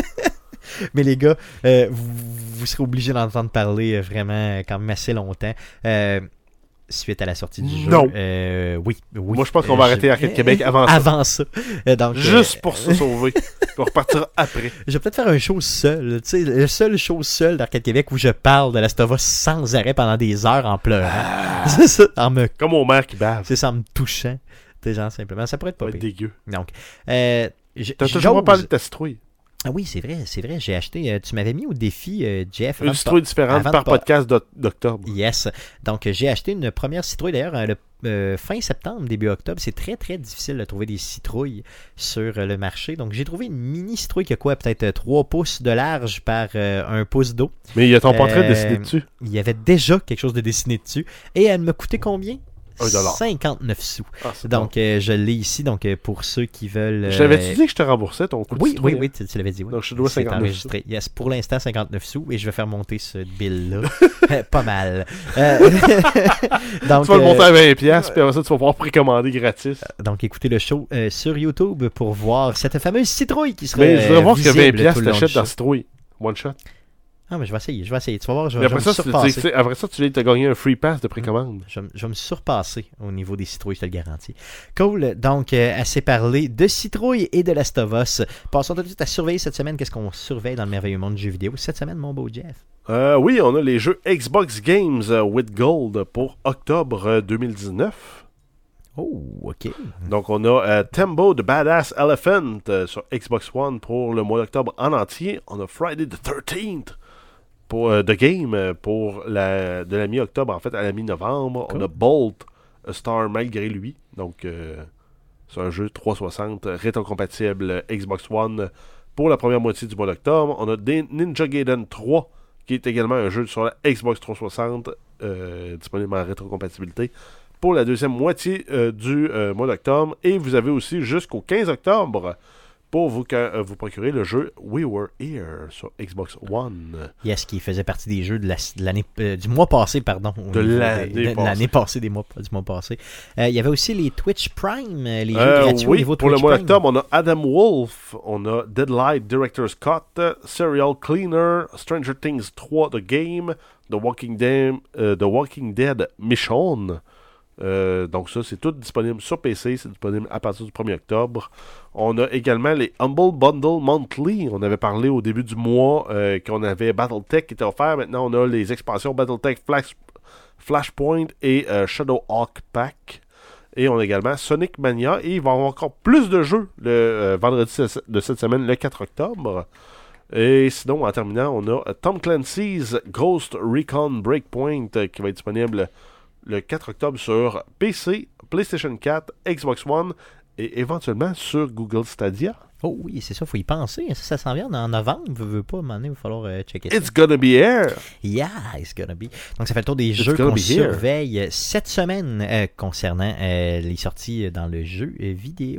Mais les gars, euh, vous, vous serez obligés d'entendre parler euh, vraiment euh, quand même assez longtemps. Euh, suite à la sortie du jeu. Non. Euh, oui, oui. Moi, je pense qu'on Euh, va arrêter Arcade Québec avant ça. Avant ça. Euh, donc, Juste euh, pour se sauver. On repartira après. je vais peut-être faire un show seul. Tu sais, le seul show seul d'Arcade Québec où je parle de Last of Us sans arrêt pendant des heures en pleurant. Ah. C'est ça, en me... Comme au maire qui bave. C'est ça, en me touchant. Des gens, simplement. Ça pourrait être Ça pas va être pire. dégueu. Donc, euh, je- T'as j'ose- toujours pas parlé de ta citrouille. Ah oui, c'est vrai, c'est vrai. J'ai acheté... euh, tu m'avais mis au défi, euh, Jeff. avant Une de citrouille pas- différente avant de par pas- podcast d'oc- d'octobre. Yes. Donc, euh, j'ai acheté une première citrouille, d'ailleurs, euh, le euh, fin septembre, début octobre. C'est très, très difficile de trouver des citrouilles sur euh, le marché. Donc, j'ai trouvé une mini citrouille qui a quoi? Peut-être euh, trois pouces de large par euh, un pouce d'eau. Mais il y a ton portrait Euh, dessiné dessus. Il y avait déjà quelque chose de dessiné dessus. Et elle me coûtait combien? Un dollar. cinquante-neuf sous. Ah, c'est bon. Donc, euh, je l'ai ici. Donc, euh, pour ceux qui veulent... Je euh, t'avais-tu dit que je te remboursais ton coût de Oui, citrouille, oui, hein? oui, tu, tu l'avais dit. Oui. Donc, je te dois C'est cinquante-neuf enregistré. Yes, pour l'instant, cinquante-neuf sous. Et je vais faire monter ce bill-là. Euh, Pas mal. Euh, donc, Tu vas le monter euh, à vingt piastres, puis après ça, tu vas pouvoir précommander gratis. donc, écoutez le show euh, sur YouTube pour voir cette fameuse citrouille qui serait Mais je voudrais euh, voir ce que vingt visible piastres tout le long du t'achètes dans show. citrouille. One shot. Ah, mais je vais essayer, je vais essayer. Tu vas voir, je Mais vais, je après, vais me ça, tu- surpasser. tu sais, après ça, tu viens de te gagner un free pass de précommande. Je, vais- je vais me surpasser au niveau des citrouilles, je te le garantis. Cool. Donc, euh, assez parlé de citrouilles et de Last of Us. Passons tout de suite à surveiller cette semaine. Qu'est-ce qu'on surveille dans le merveilleux monde du jeu vidéo cette semaine, mon beau Jeff? Euh, oui, on a les jeux Xbox Games euh, with Gold pour octobre euh, deux mille dix-neuf. Oh, OK. Donc, on a euh, Tembo the Badass Elephant euh, sur Xbox One pour le mois d'octobre en entier. On a Friday the thirteenth pour euh, The Game euh, pour la, de la mi-octobre en fait à la mi-novembre. Cool. On a Bolt, A Star malgré lui. Donc, euh, c'est un jeu trois cent soixante rétrocompatible euh, Xbox One pour la première moitié du mois d'octobre. On a Ninja Gaiden trois qui est également un jeu sur la Xbox trois cent soixante euh, disponible en rétrocompatibilité pour la deuxième moitié euh, du euh, mois d'octobre. Et vous avez aussi jusqu'au quinze octobre pour vous, euh, vous procurer le jeu We Were Here sur Xbox One. Yes, qui faisait partie des jeux de, la, de l'année, euh, du mois passé, pardon. au De niveau l'année de- de passée. l'année passée, des mois, du mois passé. Euh, il y avait aussi les Twitch Prime, euh, les jeux Euh, gratuits au oui, niveau pour Twitch le mois Prime. d'octobre, on a Adam Wolf, on a Deadlight Director's Cut, Serial Cleaner, Stranger Things trois The Game, The Walking Dead, euh, The Walking Dead Michonne. Euh, donc ça, c'est tout disponible sur P C, c'est disponible à partir du premier octobre. On a également les Humble Bundle Monthly. On avait parlé au début du mois euh, qu'on avait Battletech qui était offert. Maintenant, on a les expansions Battletech Flash, Flashpoint et euh, Shadowhawk Pack. Et on a également Sonic Mania. Et il va y avoir encore plus de jeux le euh, vendredi de cette semaine, le quatre octobre. Et sinon, en terminant, on a Tom Clancy's Ghost Recon Breakpoint euh, qui va être disponible le quatre octobre sur P C, PlayStation quatre, Xbox One et éventuellement sur Google Stadia. Oh oui, c'est ça, il faut y penser. Ça, ça s'en vient en novembre. Vous veux pas, à un moment donné, il va falloir euh, checker ça. It's gonna be here! Yeah, it's gonna be. Donc, ça fait le tour des It's jeux gonna qu'on be here. surveille cette semaine euh, concernant euh, les sorties dans le jeu euh, vidéo.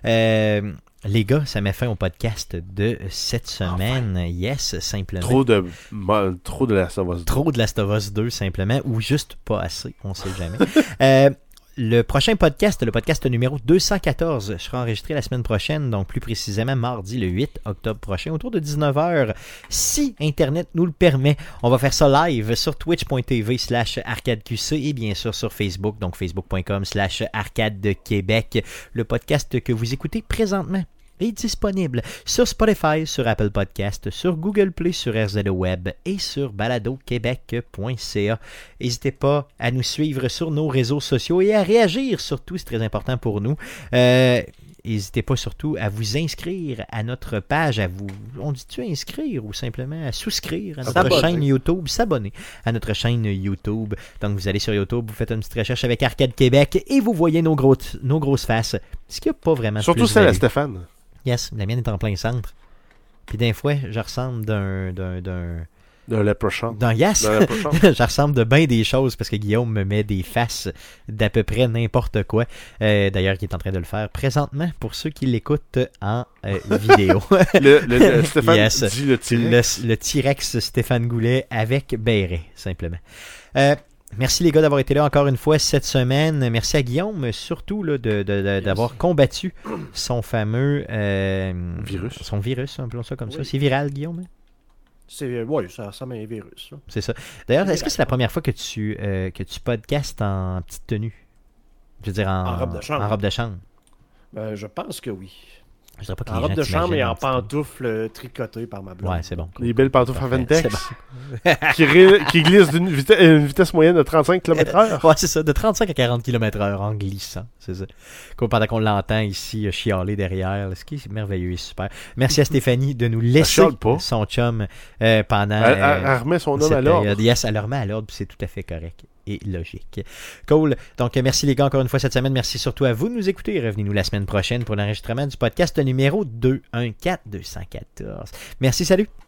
Euh, les gars, ça met fin au podcast de cette semaine. Yes, simplement. Trop de, ma- trop de Last of Us. Trop de Last of Us deux, simplement, ou juste pas assez, on sait jamais. euh, le prochain podcast, le podcast numéro deux cent quatorze, sera enregistré la semaine prochaine, donc plus précisément mardi le huit octobre prochain, autour de dix-neuf heures. Si Internet nous le permet, on va faire ça live sur twitch.tv slash arcadeqc et bien sûr sur Facebook, donc facebook.com slash arcade de Québec. Le podcast que vous écoutez présentement est disponible sur Spotify, sur Apple Podcast, sur Google Play, sur R Z O Web et sur balado québec point c a. N'hésitez pas à nous suivre sur nos réseaux sociaux et à réagir surtout, c'est très important pour nous. Euh, N'hésitez pas surtout à vous inscrire à notre page, à vous, on dit-tu inscrire ou simplement à souscrire à notre S'abonner. chaîne YouTube, s'abonner à notre chaîne YouTube. Donc vous allez sur YouTube, vous faites une petite recherche avec Arcade Québec et vous voyez nos, gros, nos grosses faces, ce qui n'a pas vraiment de Surtout plus celle à value. Stéphane. Yes, la mienne est en plein centre. Puis d'un fois, je ressemble d'un... d'un, d'un, De Leprechaun. d'un yes! De Leprechaun. Je ressemble de bien des choses parce que Guillaume me met des faces d'à peu près n'importe quoi. Euh, d'ailleurs, qui est en train de le faire présentement pour ceux qui l'écoutent en euh, vidéo. le, le, le- Stéphane Yes. dit le le, T-Rex. le T-Rex Stéphane Goulet avec béret, simplement. Euh, Merci les gars d'avoir été là encore une fois cette semaine. Merci à Guillaume surtout là, de, de, de- d'avoir combattu son fameux euh, Virus. Son virus, appelons ça comme ça. Oui. C'est viral, Guillaume? hein? C'est, ouais, ça ressemble à un virus. Là. C'est ça. D'ailleurs, est-ce que c'est la première fois que tu, euh, que tu podcastes en petite tenue? Je veux dire en, En robe de chambre. En robe de chambre. Ben, je pense que oui. Je dirais pas que En les robe gens de chambre et t'imaginent en petite tenue. pantoufles euh, tricotées par ma blonde. Ouais, c'est bon. Les belles pantoufles en Parfait, Ventex. c'est qui, ré- qui glissent d'une vitesse, une vitesse moyenne de trente-cinq kilomètres heure. Ouais, c'est ça, de trente-cinq à quarante kilomètres heure en glissant, c'est ça. Comme pendant qu'on l'entend ici euh, chialer derrière, ce qui est merveilleux et super. Merci à Stéphanie de nous laisser chiale pas. son chum euh, pendant Elle, elle- euh, elle remet son homme cette à l'ordre. période. Yes, elle le remet à l'ordre, puis c'est tout à fait correct et logique. Cool. Donc, euh, merci les gars encore une fois cette semaine. Merci surtout à vous de nous écouter. Revenez-nous la semaine prochaine pour l'enregistrement du podcast numéro deux cent quatorze. deux cent quatorze. Merci, salut!